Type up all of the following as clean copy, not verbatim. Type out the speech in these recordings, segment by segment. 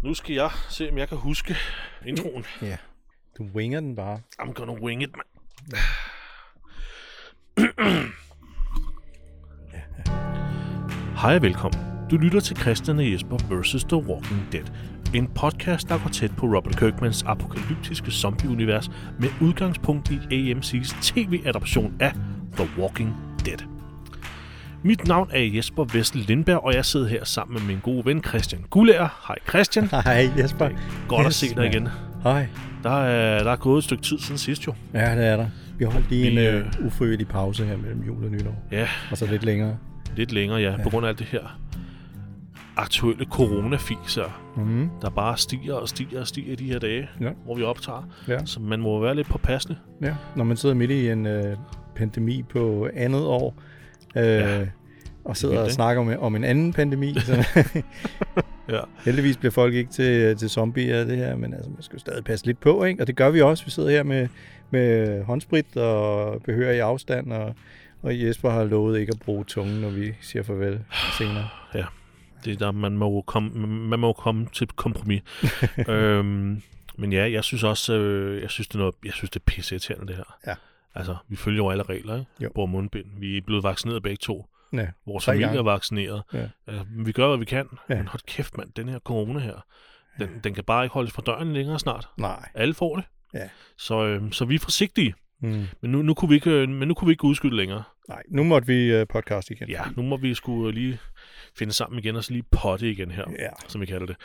Nu skal jeg se, om jeg kan huske introen. Ja, du winger den bare. I'm gonna wing it, man. Hej og velkommen. Du lytter til Christian og Jesper vs. The Walking Dead. En podcast, der går tæt på Robert Kirkmans apokalyptiske zombie-univers med udgangspunkt i AMC's tv-adaption af The Walking Dead. Mit navn er Jesper Vessel Lindberg, og jeg sidder her sammen med min gode ven Christian Guldager. Hej Christian. Hej Jesper. Godt at se dig igen. Hej. Der er gået et stykke tid siden sidst jo. Ja, det er der. Vi holdt lige en ufrivillig pause her mellem jul og nytår. Ja. Og så lidt længere. Lidt længere, ja. På grund af alt det her aktuelle coronafiser, der bare stiger og stiger i de her dage, hvor vi optager. Ja. Så man må være lidt påpasselig. Ja, når man sidder midt i en pandemi på andet år, og sidder og snakker om en anden pandemi. Så ja. Heldigvis bliver folk ikke til zombier af det her, men altså, man skal jo stadig passe lidt på, ikke? Og det gør vi også. Vi sidder her med håndsprit og behørig afstand, og Jesper har lovet ikke at bruge tungen, når vi siger farvel senere. Ja, det er der, man må komme til et kompromis. Men ja, jeg synes også, jeg synes det er pisseirriterende det her. Ja. Altså, vi følger jo alle regler, ikke? Jo. Bruger mundbind. Vi er blevet vaccineret begge to. Ja. Vores familie er vaccineret. Ja. Vi gør, hvad vi kan. Ja. Men hold kæft, mand, den her corona her, den kan bare ikke holdes fra døren længere snart. Nej. Alle får det. Ja. Så vi er forsigtige. Men nu kunne vi ikke udskyde længere. Nej, nu måtte vi podcast igen. Ja, nu må vi skulle lige finde sammen igen, og så lige potte igen her, som vi kalder det.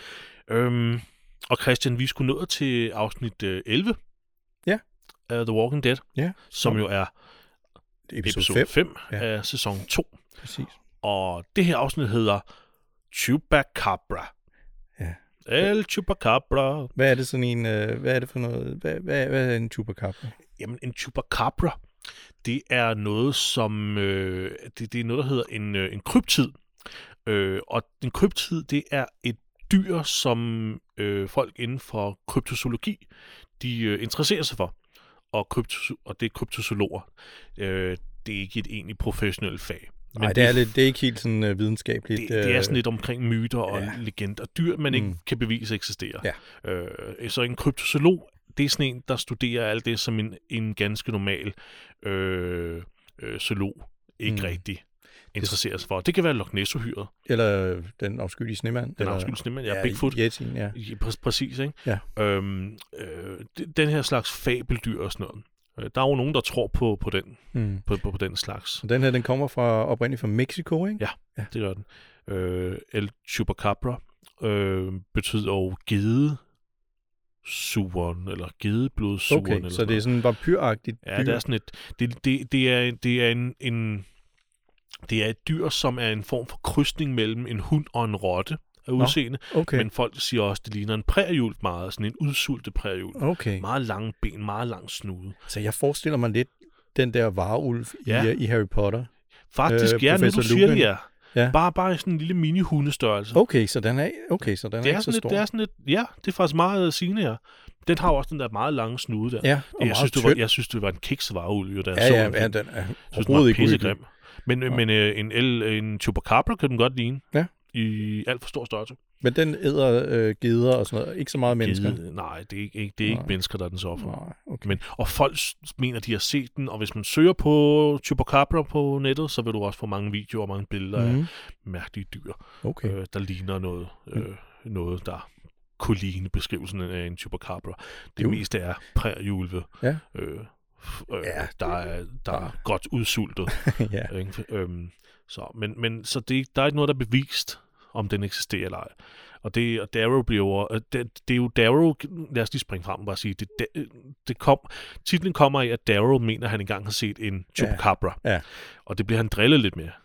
Og Christian, vi skulle nået til afsnit 11 af The Walking Dead, som jo er episode 5 af sæson 2. Præcis. Og det her afsnit hedder Chupacabra. Ja. El Chupacabra. Hvad er det sådan en, hvad er det for noget, hvad er en Chupacabra? Jamen, en Chupacabra, det er noget, som, det er noget, der hedder en kryptid. Og en kryptid, det er et dyr, som folk inden for kryptozoologi, de interesserer sig for. Og det er kryptozoologer. Det er ikke et egentlig professionelt fag. Nej, det er ikke helt sådan videnskabeligt. Det er sådan lidt omkring myter og legender. Dyr, man ikke kan bevise eksisterer. Ja. Så en kryptozoolog, det er sådan en, der studerer alt det, som en ganske normal zoolog ikke rigtig interesserer sig for. Det kan være Loch Ness-uhyret. Eller den afskyelige snemand. Den afskyelige snemand, ja. Bigfoot. Yetien, ja. Præcis, ikke? Ja. Den her slags fabeldyr og sådan noget. Der er jo nogen, der tror på den, på den slags. Og den her, den kommer oprindeligt fra Mexico, ikke? Ja, det gør den. El Chupacabra betyder jo gedesugeren, eller gedeblodsugeren. Okay, eller så det er sådan en vampyragtigt dyr? Ja, det er sådan det er et dyr, som er en form for krydsning mellem en hund og en rotte af udseende. Okay. Men folk siger også, at det ligner en prærieulv meget, sådan en udsultet prærieulv. Okay. Meget lange ben, meget lang snude. Så jeg forestiller mig lidt den der varulv i Harry Potter. Faktisk, nu du siger det, ja. Bare sådan en lille mini-hundestørrelse. Okay, så den er ikke så stor. Det er sådan lidt, det er faktisk meget sigende her. Den har også den der meget lange snude der. Ja, og jeg synes, det var en kiksvarulv, den er overhovedet ikke pissegrim. Men en Chupacabra kan den godt ligne. Ja. I alt for stor størrelse. Men den æder geder og sådan noget. Ikke så meget mennesker. Nej, det er ikke mennesker, der er den så for. Nej, okay. Og folk mener, de har set den, og hvis man søger på Chupacabra på nettet, så vil du også få mange videoer og mange billeder af mærkelige dyr, der ligner noget, der kunne ligne beskrivelsen af en Chupacabra. Det meste er prærieulve. Ja. Der er godt udsultet. Så der er ikke noget, der er bevist, om den eksisterer eller ej. Og Darrow bliver det er jo Darrow. Lad os lige springe frem og bare sige, titlen kommer af, at Darrow mener, at han engang har set en Chupacabra. Ja. Og det bliver han drillet lidt med.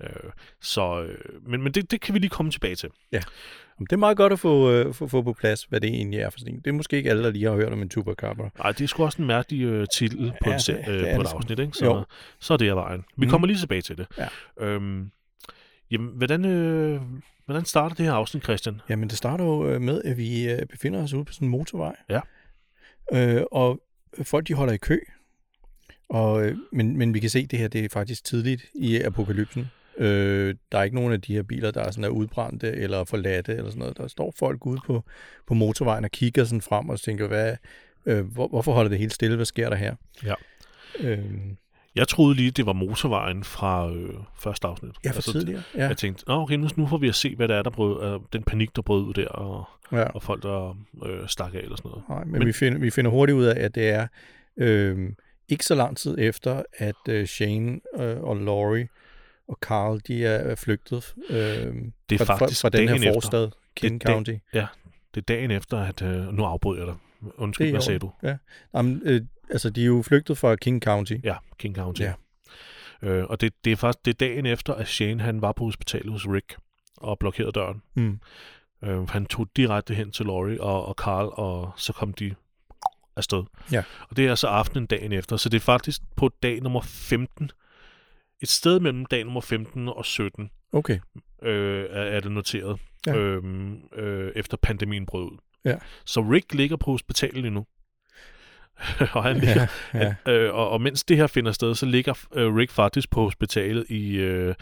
Men det kan vi lige komme tilbage til. Ja. Det er meget godt at få på plads, hvad det egentlig er for sådan. Det er måske ikke alle, der lige har hørt om en Chupacabra. Nej, det er sgu også en mærkelig titel på et afsnit, ikke? Så er det af vejen. Vi kommer lige tilbage til det. Ja. Jamen, hvordan starter det her afsnit, Christian? Jamen, det starter jo med, at vi befinder os ude på sådan en motorvej. Ja. Og folk, de holder i kø. Men vi kan se, at det her det er faktisk tidligt i apokalypsen. Der er ikke nogen af de her biler, der er sådan udbrændte eller forladte eller sådan noget. Der står folk ude på motorvejen og kigger sådan frem og tænker, hvorfor holder det helt stille? Hvad sker der her? Ja. Jeg troede lige, det var motorvejen fra første afsnit. Ja, for tidligere. Ja. Jeg tænkte, okay, nu får vi at se, hvad der er, der brød, den panik, der brød ud der, og folk, der stak af eller sådan noget. Nej, men vi finder hurtigt ud af, at det er ikke så lang tid efter, at Shane og Laurie og Carl, de er flygtet det er faktisk fra den her forstad, King County. Ja, det er dagen efter, at nu afbryder jeg dig. Undskyld, hvad sagde du? Ja. Jamen, de er jo flygtet fra King County. Ja, King County. Ja. Og det er faktisk det dagen efter, at Shane han var på hospitalet hos Rick og blokerede døren. Han tog direkte hen til Laurie og Carl, og så kom de afsted. Ja. Og det er altså aftenen dagen efter, så det er faktisk på dag nummer 15. Et sted mellem dag nummer 15 og 17. Okay. Er det noteret. Ja. Efter pandemien brød ud. Ja. Så Rick ligger på hospitalet endnu. Og han ligger, og mens det her finder sted, så ligger Rick faktisk på hospitalet i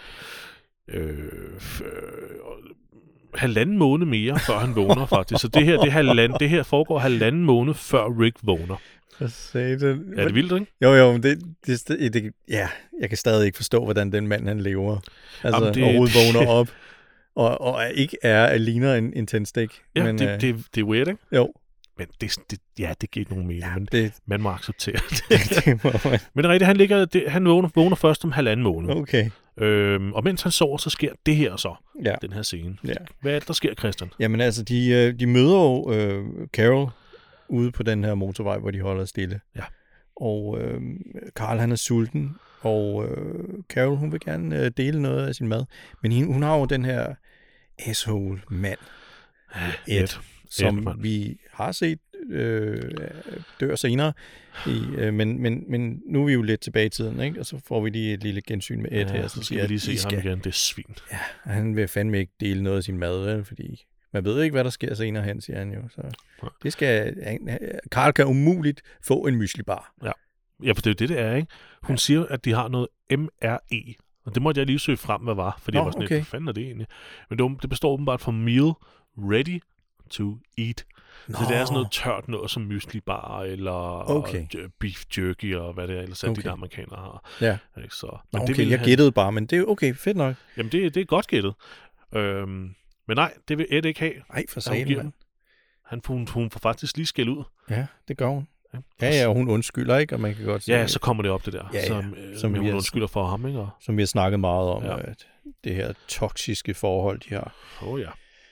halvanden måned mere, før han vågner faktisk. Så det her foregår halvanden måned, før Rick vågner. Hvad sagde det? Er det vildt, ikke? Jo, men det jeg kan stadig ikke forstå, hvordan den mand, han lever. Altså, overhovedet vågner op, og ikke ligner en tændstik. Ja, men, det er weird, ikke? Jo. Men det giver ikke nogen mening, men det, man må acceptere det. Men det er rigtigt, han vågner først om halvanden måned. Okay. Og mens han sover, så sker det her så, ja. Den her scene. Ja. Hvad er det, der sker, Christian? Jamen altså, de møder jo Carol ude på den her motorvej, hvor de holder stille. Ja. Og Carl, han er sulten, og Carol, hun vil gerne dele noget af sin mad. Men hun har jo den her asshole mand, Ed, som vi har set dør senere. Men nu er vi jo lidt tilbage i tiden, ikke? Og så får vi lige et lille gensyn med Ed her. Så skal vi lige se ham igen, det er svin. Ja, han vil fandme ikke dele noget af sin mad, fordi man ved ikke, hvad der sker senere hen, siger han jo. Så det skal... Carl kan umuligt få en myslibar. Ja, for det er det er, ikke? Hun siger, at de har noget MRE. Og det måtte jeg lige søge frem, hvad var. Fordi jeg var sådan lidt, hvad fanden er det egentlig? Men det består åbenbart for Meal Ready to Eat. Så det er sådan noget tørt noget som myslibar, eller beef jerky, og hvad det er, ellers de der amerikanere har. Ja. Så, jeg gættede bare, men det er okay, fedt nok. Jamen, det er godt gættet. Men nej, det vil Ed ikke have. Nej, for satan. Hun får faktisk lige skæld ud. Ja, det gør hun. Ja, og hun undskylder, ikke? Og man kan godt sige, så kommer det op, det der. Ja. Som hun undskylder for ham, ikke? Som vi har snakket meget om, at det her toksiske forhold, de har. Ja.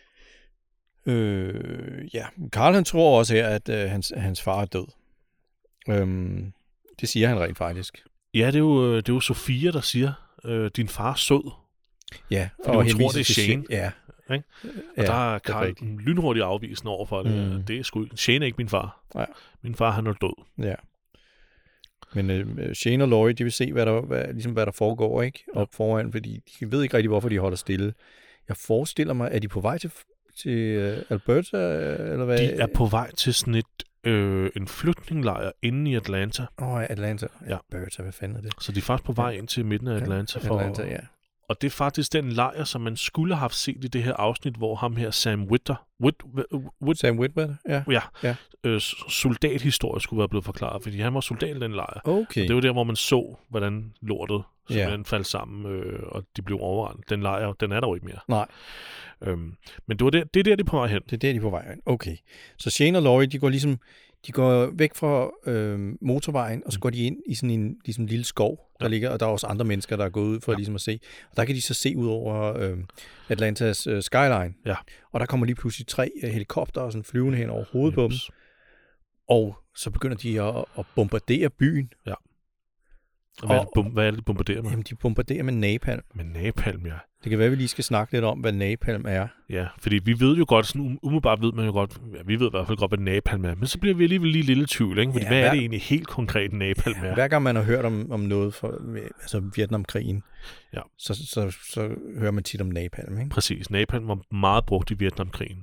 Carl, han tror også her, at hans far er død. Det siger han rent faktisk. Ja, det er jo Sofia, der siger, din far er sød. Ja, fordi hun tror, det er Shane. Ja. Ikke? Og der er Carl lynhurtigt afvisende over for det. Det er sgu Shane er ikke min far. Nej. Min far, han er død. Ja. Men Shane og Laurie, de vil se, hvad der foregår, ikke? Op foran, fordi de ved ikke rigtig, hvorfor de holder stille. Jeg forestiller mig, er de på vej til Alberta, eller hvad? De er på vej til sådan en flygtningelejr inde i Atlanta. Atlanta. Ja. Alberta, hvad fanden er det? Så de er faktisk på vej ind til midten af Atlanta. Ja. Og det er faktisk den lejr, som man skulle have haft set i det her afsnit, hvor ham her Sam Witwer, ja. Soldathistorie skulle være blevet forklaret, fordi han var soldat i den lejr. Okay. Og det var der, hvor man så, hvordan lortet simpelthen faldt sammen, og de blev overrendt. Den lejr, den er der jo ikke mere. Nej. Men det er der, de er på vej hen. Det er der, de er på vej hen. Okay. Så Shane og Laurie, de går væk fra motorvejen, og så går de ind i sådan en ligesom lille skov, der ligger, og der er også andre mennesker, der er gået ud for ligesom at se. Og der kan de så se ud over Atlantas skyline. Ja. Og der kommer lige pludselig 3 helikoptere sådan flyvende hen over hovedet på dem. Og så begynder de at bombardere byen. Ja. Og hvad er det, de bombarderer med? Jamen, de bombarderer med napalm. Med napalm, ja. Det kan være, vi lige skal snakke lidt om, hvad napalm er. Ja, fordi vi ved jo godt, sådan umiddelbart ved man jo godt, vi ved i hvert fald godt, hvad napalm er, men så bliver vi alligevel lige lille tvivl, ikke? Fordi hvad er det egentlig helt konkret, napalm er? Hver gang man har hørt om noget fra Vietnamkrigen, så hører man tit om napalm, ikke? Præcis. Napalm var meget brugt i Vietnamkrigen.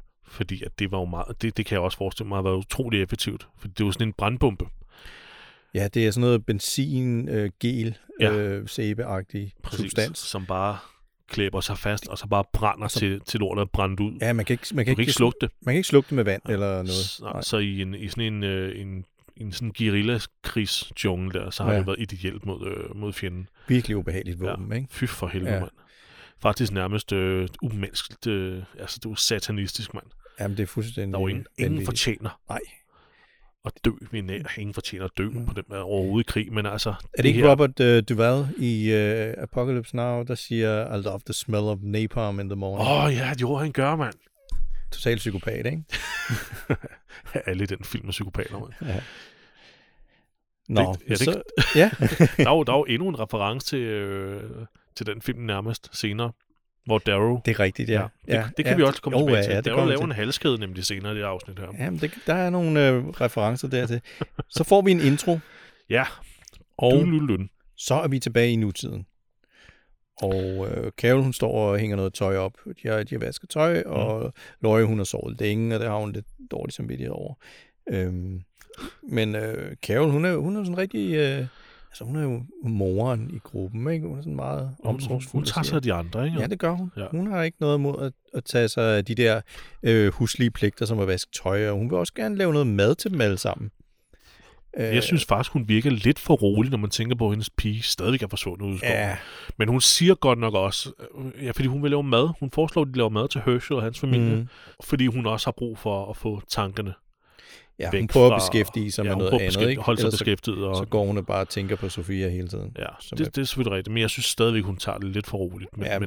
Fordi at det var jo meget, det kan jeg også forestille mig, har været utrolig effektivt. For det var sådan en brandbombe. Ja, det er sådan noget benzin, gel, sæbeagtig substans. Som bare klæber sig fast, og så bare brænder til lortet er brændt ud. Ja, man kan ikke slukke det. Man kan ikke slukke det med vand eller noget. Så i sådan en sådan guerilla-krigsjungle der, så har det været ideelt mod fjenden. Virkelig ubehageligt våben, ikke? Fy for helvede, mand. Faktisk nærmest umenneskeligt, altså det er jo satanistisk, mand. Jamen, det er fuldstændig... Der er jo ingen fortjener. Nej. At dø. Ingen fortjener at dø på den der overhovedet i krig, men altså... Er det ikke her... Robert Duvall i Apocalypse Now, der siger, I love the smell of napalm in the morning? Ja, det han gør, mand. Total psykopat, ikke? Alle i den film er psykopater, mand. Ja. Nå, så... Ja. der er jo endnu en reference til den film nærmest senere, hvor Darrow... Det er rigtigt, ja. Det kan vi også komme tilbage til. Ja, Darrow laver en halskæde nemlig senere i det afsnit her. Jamen, der er nogle referencer dertil. Så får vi en intro. Ja. Og så er vi tilbage i nutiden. Og Carol, hun står og hænger noget tøj op. De har vasket tøj, og Laurie, hun har sovet længe, og det har hun lidt dårligt samvittighed over. Men Carol, hun er sådan rigtig... altså, hun er jo moren i gruppen, ikke? Hun er sådan meget omsorgsfuld. Hun tager sig af de andre, ikke? Ja, det gør hun. Ja. Hun har ikke noget imod at tage sig af de der huslige pligter, som at vaske tøj, og hun vil også gerne lave noget mad til dem alle sammen. Jeg synes faktisk, hun virker lidt for rolig, når man tænker på, at hendes pige stadigvæk er forsvundet ud i skoven. Ja. Men hun siger godt nok også, fordi hun vil lave mad. Hun foreslår, at de laver mad til Herschel og hans familie, fordi hun også har brug for at få tankerne væk. Hun prøver at beskæftige sig med noget andet, ikke? Holde sig beskæftiget. Så går hun og bare tænker på Sofia hele tiden. Ja, det er selvfølgelig rigtigt, men jeg synes stadigvæk, hun tager det lidt for roligt. Men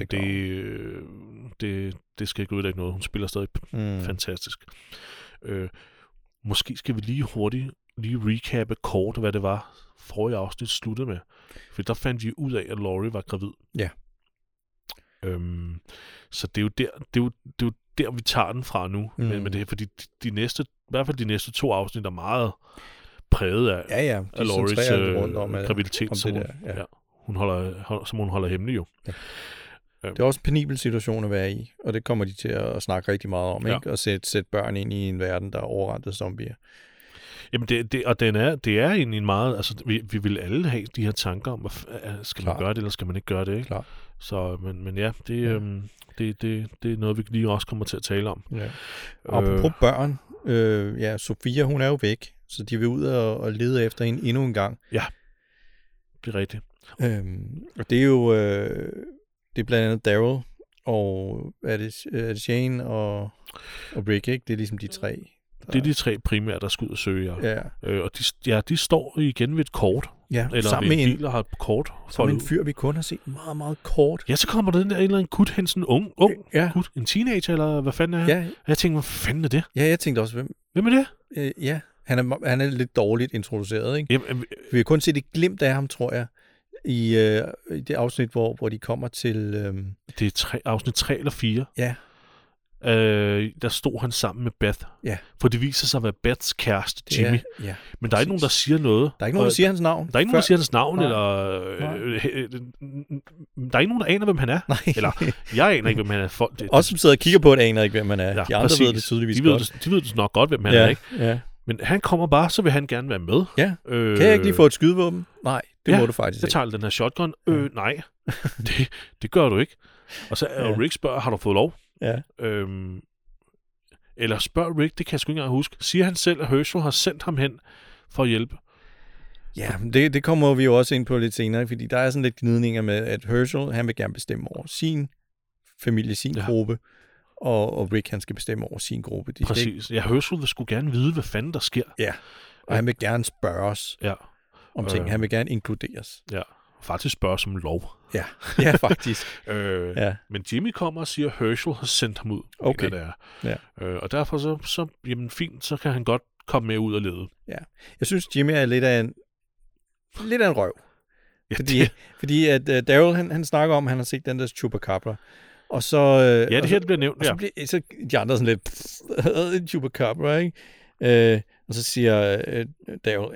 det skal ikke udlægge noget. Hun spiller stadig fantastisk. Måske skal vi lige hurtigt recappe kort, hvad det var forrige afsnit sluttede med. For der fandt vi ud af, at Laurie var gravid. Ja. Så det er jo der, vi tager den fra nu. Men det er fordi i hvert fald de næste 2 afsnit er meget præget af, af Lauries graviditet, som hun holder hemmelig jo. Ja. Det er også en penibel situation at være i, og det kommer de til at snakke rigtig meget om, ikke? Og sætte børn ind i en verden, der er overrendt af zombier. Jamen, det er egentlig meget... Altså, vi vil alle have de her tanker om, skal man gøre det, eller skal man ikke gøre det, ikke? Klar. Så, men ja, det er noget, vi lige også kommer til at tale om. Ja. Apropos børn, Sofia, hun er jo væk, så de vil ud og lede efter hende endnu en gang. Ja, det er rigtigt. Og det er jo... det er blandt andet Daryl, og er det Shane og Rick, ikke? Det er ligesom de 3. Det er de 3 primære, der skal ud og søge, og de står igen ved et kort. Ja, eller sammen med en bil, der har et kort. Som en fyr, vi kun har set meget, meget kort. Ja, så kommer der den der en eller anden gut hen, sådan en ung gut, en teenager, eller hvad fanden er han? Ja. Og jeg tænkte, hvad fanden er det? Ja, jeg tænkte også, hvem er det? Ja, han er lidt dårligt introduceret, ikke? Jamen, vi har kun set et glimt af ham, tror jeg, i det afsnit, hvor de kommer til... Det er afsnit 3 eller 4. Ja. Der stod han sammen med Beth. Ja. For det viser sig at være Beths kæreste, Jimmy. Ja. Men der er ikke nogen, der siger noget. Der er ikke nogen, der siger hans navn. Der er ikke nogen, der siger hans navn, eller... der er ikke nogen, der aner, hvem han er. Nej. Eller, jeg aner ikke, hvem han er. Også som sidder og kigger på det, aner ikke, hvem han er. Ja, de andre ved det tydeligvis godt. De ved det nok godt, hvem han er, ikke? Ja. Men han kommer bare, så vil han gerne være med. Ja. Kan jeg ikke lige få et skydevåben? Nej, det må du faktisk ikke. Jeg tager den her shotgun. Nej, det gør du ikke. Og så Rick spørger, har du fået lov? Ja. Eller spørg Rick, det kan jeg sgu ikke engang huske. Siger han selv, at Herschel har sendt ham hen for at hjælpe? Ja, det kommer vi jo også ind på lidt senere, fordi der er sådan lidt gnidninger med, at Herschel, han vil gerne bestemme over sin familie, sin gruppe, og Rick, han skal bestemme over sin gruppe. Præcis. Ja, Herschel vil sgu gerne vide, hvad fanden der sker. Ja, og han vil gerne spørge os om ting. Han vil gerne inkluderes. Ja, faktisk spørge som lov. Ja, faktisk. Men Jimmy kommer og siger, at Herschel har sendt ham ud. Okay. Det er. Og derfor så jamen fint, så kan han godt komme med ud og lede. Ja. Jeg synes, Jimmy er lidt af en røv. Ja, fordi at Daryl, han snakker om, at han har set den der Chupacabra. Og så... det her, det bliver nævnt, så de andre sådan lidt... Chupacabra, ikke? Og så siger Daryl,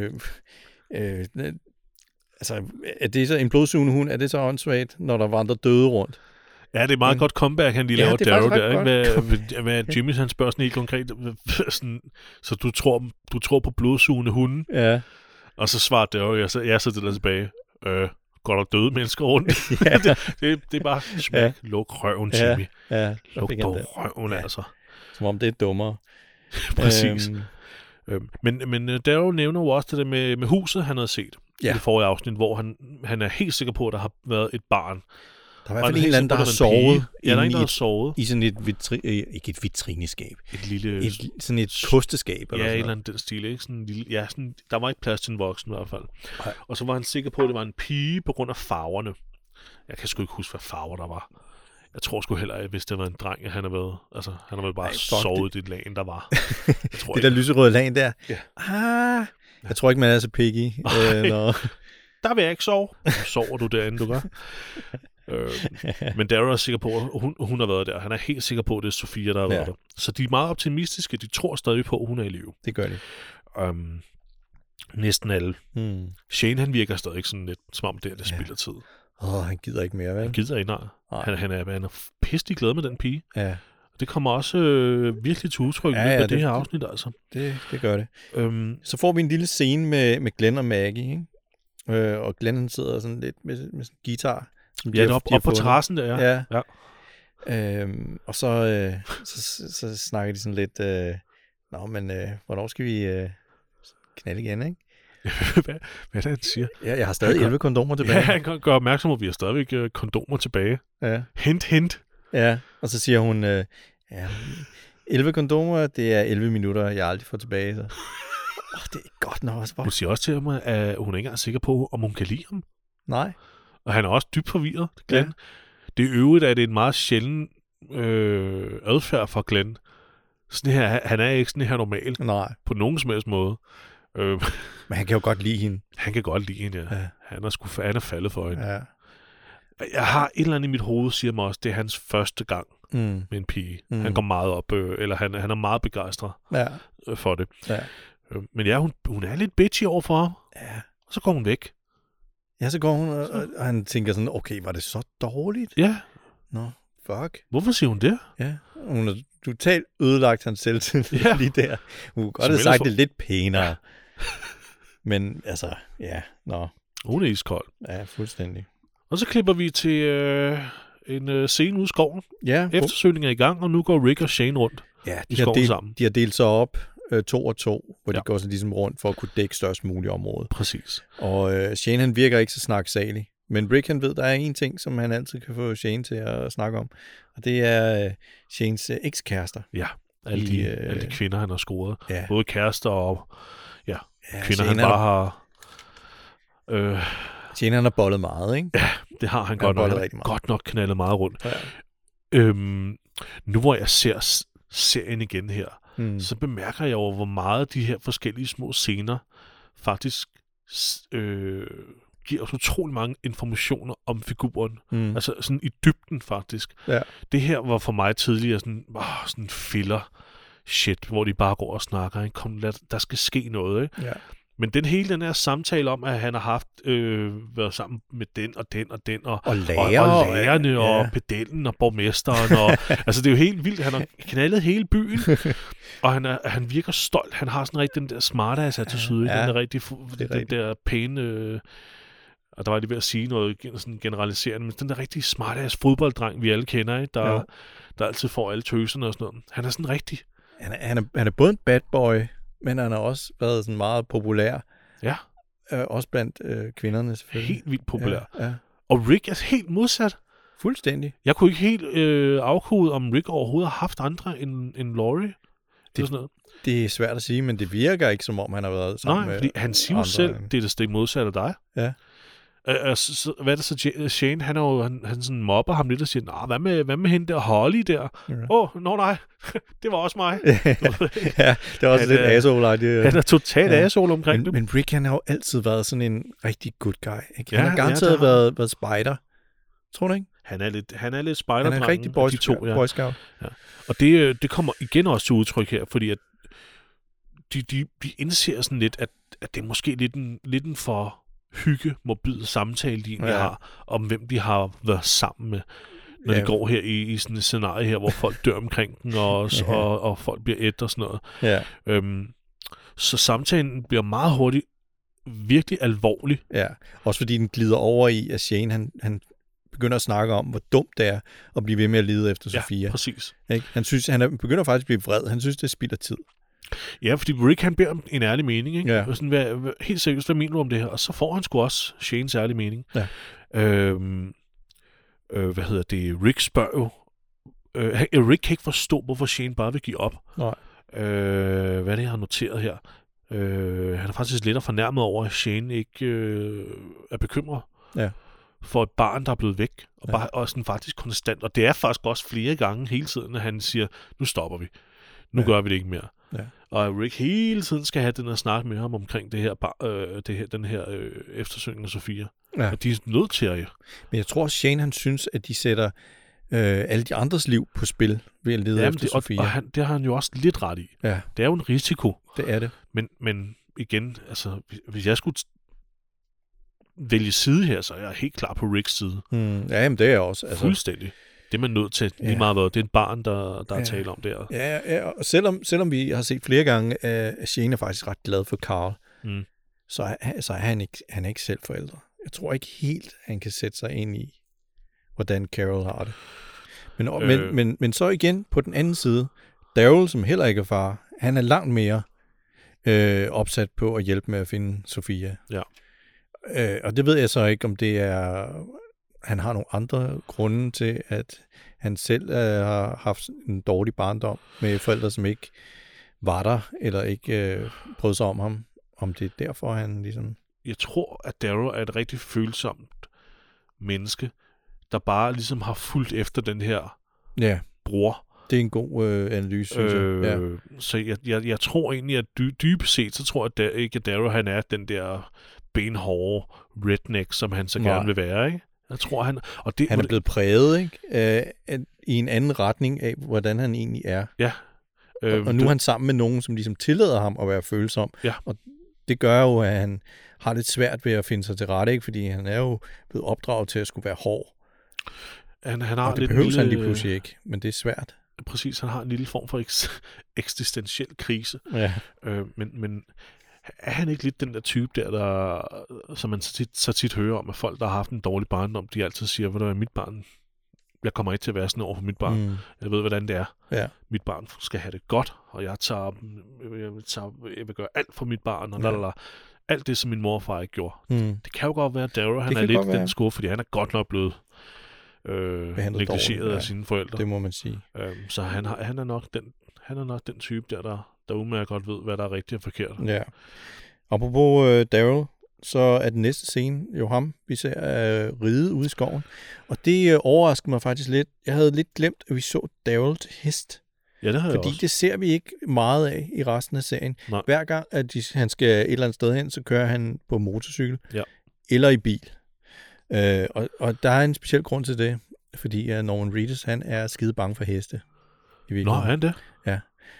altså, er det så en blodsugende hund? Er det så åndssvagt, når der vandrer døde rundt? Ja, det er meget godt comeback, han lige laver Daryl der, ikke? Hvad Jimmy, han spørger sådan helt konkret, sådan, så du tror på blodsugende hunde? Ja. Og så svarer Daryl, jeg så det der tilbage. Går der døde mennesker rundt? det er bare smæk. Luk røven, Jimmy. Ja. Luk dog røven, altså. Som om det er dummere. Præcis. Men Daryl nævner jo også det der med huset, han havde set i det forrige afsnit, hvor han er helt sikker på, at der har været et barn. Der er i hvert fald en eller anden, der har sovet. Ja, der er en, der har sovet. I sådan ikke et vitrineskab. Sådan et kosteskab. Eller sådan et eller andet den stil. Ikke? Sådan en lille, sådan, der var ikke plads til en voksen i hvert fald. Okay. Og så var han sikker på, at det var en pige på grund af farverne. Jeg kan sgu ikke huske, hvad farver der var. Jeg tror sgu heller, at hvis det var en dreng, at han har været... Altså, han har vel bare sovet i det lagen, der var. Det der lyserøde lagen der. Ja. Jeg tror ikke, man er så picky. Der vil jeg ikke sove. Så sover du derinde, du gør. Men Daryl er sikker på, at hun har været der. Han er helt sikker på, at det er Sofia, der har været der. Så de er meget optimistiske. De tror stadig på, at hun er i live. Det gør de. Næsten alle. Shane, han virker stadig sådan lidt, som om det spilder tid. Han gider ikke mere, vel? Han gider ikke, nej. Han er pisselig glad med den pige. Ja. Det kommer også virkelig til udtryk i det her afsnit, altså. Det gør det. Så får vi en lille scene med Glenn og Maggie, ikke? Og Glenn, han sidder sådan lidt med sådan en guitar. Ja, op på terrassen der, ja. Og så snakker de sådan lidt, hvornår skal vi knalde igen, ikke? Hvad er det, han siger? Ja, jeg har stadig 11 kondomer tilbage. Ja, han gør opmærksom på, at vi har stadigvæk kondomer tilbage. Ja. Hint. Ja, og så siger hun, 11 kondomer, det er 11 minutter, jeg aldrig får tilbage. Så. Det er godt nok også. Hun siger også til mig, at hun ikke er sikker på, om hun kan lide ham. Nej. Og han er også dybt forvirret, Glenn. Ja. Det er øvrigt, at det er en meget sjælden adfærd for Glenn. Sådan her, han er ikke sådan her normal. Nej. På nogen som helst måde. Men han kan jo godt lide hende. Han kan godt lide hende, ja. Han er faldet for hende. Ja. Jeg har et eller andet i mit hoved, siger mig også, det er hans første gang med en pige. Han går meget op, eller han er meget begejstret for det. Ja. Men ja, hun er lidt bitchy overfor ham. Ja. Og så går hun væk. Ja, så går hun, og han tænker sådan, okay, var det så dårligt? Ja. Nå, fuck. Hvorfor siger hun det? Ja, hun har totalt ødelagt hans selvtillid lige der. Hun kunne godt have sagt det lidt pænere. Ja. Men altså, hun er iskold. Ja, fuldstændig. Og så klipper vi til en scene ude i skoven. Ja. Eftersøgningen er i gang, og nu går Rick og Shane rundt i skoven sammen. De har delt sig op 2 og 2, hvor de går så ligesom rundt for at kunne dække størst muligt område. Præcis. Og Shane, han virker ikke så snaksalig. Men Rick, han ved, der er en ting, som han altid kan få Shane til at snakke om. Og det er Shanes ekskærester. Ja, alle de kvinder, han har scoret. Ja. Både kærester og kvinder, Shane, han bare har... Shane, han har bollet meget, ikke? Ja, det har han godt nok. Godt nok knaldet meget rundt. Ja. Nu hvor jeg ser serien igen her, så bemærker jeg over, hvor meget de her forskellige små scener faktisk giver os utrolig mange informationer om figuren. Altså sådan i dybden faktisk. Ja. Det her var for mig tidligere sådan filler shit, hvor de bare går og snakker. Ikke? Der skal ske noget, ikke? Ja. Men den her samtale om, at han har haft været sammen med den og den og den, og lærerne, og pedellen, og borgmesteren, og altså det er jo helt vildt. Han har knaldet hele byen, og han virker stolt. Han har sådan rigtig den der smartass attitude, den er rigtig den der pæne, og der var lige ved at sige noget sådan generaliserende, men den der rigtig smartass fodbolddreng, vi alle kender, ikke? Der altid får alle tøserne og sådan noget. Han er sådan rigtig. Han er både en bad boy, men han har også været sådan meget populær. Ja. Også blandt kvinderne selvfølgelig. Helt vildt populær. Ja. Og Rick er helt modsat. Fuldstændig. Jeg kunne ikke helt afkode, om Rick overhovedet har haft andre end Laurie. Det er svært at sige, men det virker ikke, som om han har været sammen med. Nej, fordi han siger jo selv, det er det stik modsatte af dig. Ja. Hvad er det så? Shane, han sådan mobber ham lidt og siger, hvad med hende der Holly der? Nej, det var også mig. Ja, det er også lidt asshole-agtigt. Han er totalt asshole omkring det. Men Rick, han har jo altid været sådan en rigtig good guy. Ikke? Han har garanteret været spider. Tror du ikke? Han er lidt spider-drengen. Han er en rigtig boy scout. Ja. Og det kommer igen også til udtryk her, fordi at de indser sådan lidt, at det er måske lidt en for morbid samtale, de egentlig har, om hvem de har været sammen med, når de går her i sådan et scenarie her, hvor folk dør omkring den, og folk bliver og sådan noget. Ja. Så samtalen bliver meget hurtigt virkelig alvorlig. Ja, også fordi den glider over i, at Shane, han begynder at snakke om, hvor dumt det er at blive ved med at lede efter Sofia. Ja, præcis. Ikke? Han begynder faktisk at blive vred. Han synes, det spilder tid. Ja, fordi Rick, han beder om en ærlig mening, ikke? Ja. Sådan, helt seriøst, hvad mener du om det her? Og så får han sgu også Shanes ærlige mening. Ja. Rick spørger jo... Rick kan ikke forstå, hvorfor Shane bare vil give op. Nej. Hvad er det, jeg har noteret her? Han er faktisk lidt fornærmet over, at Shane ikke er bekymret for et barn, der er blevet væk. Og sådan faktisk konstant. Og det er faktisk også flere gange hele tiden, at han siger, nu stopper vi. Nu gør vi det ikke mere. Ja. Og Rick hele tiden skal have den her snak med ham omkring det her, den her eftersøgning af Sofia. Ja. Og de er nødt til at... Men jeg tror også, Shane, han synes, at de sætter alle de andres liv på spil ved at lede efter Sofia. Og det har han jo også lidt ret i. Ja. Det er jo en risiko. Det er det. Men igen, altså, hvis jeg skulle vælge side her, så er jeg helt klar på Ricks side. Ja, men det er jeg også. Altså... Fuldstændig. Det er man nødt til lige meget hvad. Det er et barn, der er tale om der. Ja, og selvom vi har set flere gange, at Shane er faktisk ret glad for Carl, så er han ikke selv forældre. Jeg tror ikke helt, han kan sætte sig ind i, hvordan Carol har det. Men så igen, på den anden side, Daryl, som heller ikke er far, han er langt mere opsat på at hjælpe med at finde Sofia. Ja. Og det ved jeg så ikke, om det er... Han har nogle andre grunde til, at han selv har haft en dårlig barndom med forældre, som ikke var der, eller ikke brød sig om ham. Om det er derfor, han ligesom... Jeg tror, at Daryl er et rigtig følsomt menneske, der bare ligesom har fulgt efter den her bror. Det er en god analyse, synes jeg. Ja. Så jeg tror egentlig, at dybest set, så tror jeg ikke, at Daryl, han er den der benhårde redneck, som han så gerne vil være, ikke? Jeg tror, han er blevet præget, ikke? I en anden retning af, hvordan han egentlig er. Ja. Og nu er han sammen med nogen, som ligesom tillader ham at være følsom. Ja. Og det gør jo, at han har lidt svært ved at finde sig til rette, ikke? Fordi han er jo blevet opdraget til at skulle være hård. Han har og det behøver han lige pludselig ikke, men det er svært. Præcis, han har en lille form for eksistentiel krise. Ja. Men er han ikke lidt den der type der som man så tit hører om, at folk, der har haft en dårlig barndom, de altid siger, hvad der er mit barn? Jeg kommer ikke til at være sådan over for mit barn. Jeg ved, hvordan det er. Ja. Mit barn skal have det godt, og jeg vil gøre alt for mit barn, og alt det, som min mor og far ikke gjorde. Det kan jo godt være, at Daryl, han er lidt den skuffe, fordi han er godt nok blevet negligeret af sine forældre. Det må man sige. Så han er nok den type der udmærket godt ved, hvad der er rigtigt og forkert. Ja. Apropos Daryl, så er den næste scene jo ham, vi ser ride ude i skoven. Og det overraskede mig faktisk lidt. Jeg havde lidt glemt, at vi så Daryl til hest. Ja, det havde jeg også. Fordi det ser vi ikke meget af i resten af serien. Nej. Hver gang, at han skal et eller andet sted hen, så kører han på motorcykel eller i bil. Og der er en speciel grund til det, fordi Norman Reedus, han er skide bange for heste. Nå, er han det? Ja.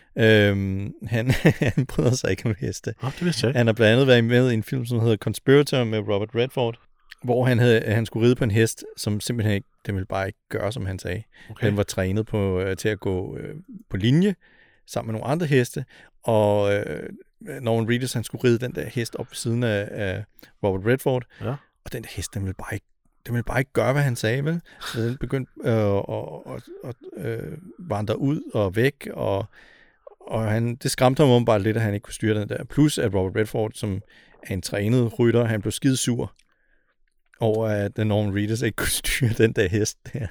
Han bryder sig ikke om heste. Det vidste jeg ikke. Han har blandt andet været med i en film, som hedder Conspirator med Robert Redford, hvor han skulle ride på en hest, som simpelthen ikke, den ville bare ikke gøre, som han sagde. Okay. Den var trænet til at gå på linje sammen med nogle andre heste, og Norman Reedus, han skulle ride den der hest op ved siden af Robert Redford, og den der hest, den ville bare ikke gøre, hvad han sagde, vel? Så den begyndte at vandre ud og væk, og det skræmte ham bare lidt, at han ikke kunne styre den der. Plus at Robert Redford, som er en trænet rytter, han blev skidesur over, at Norman Reedus ikke kunne styre den der hest der.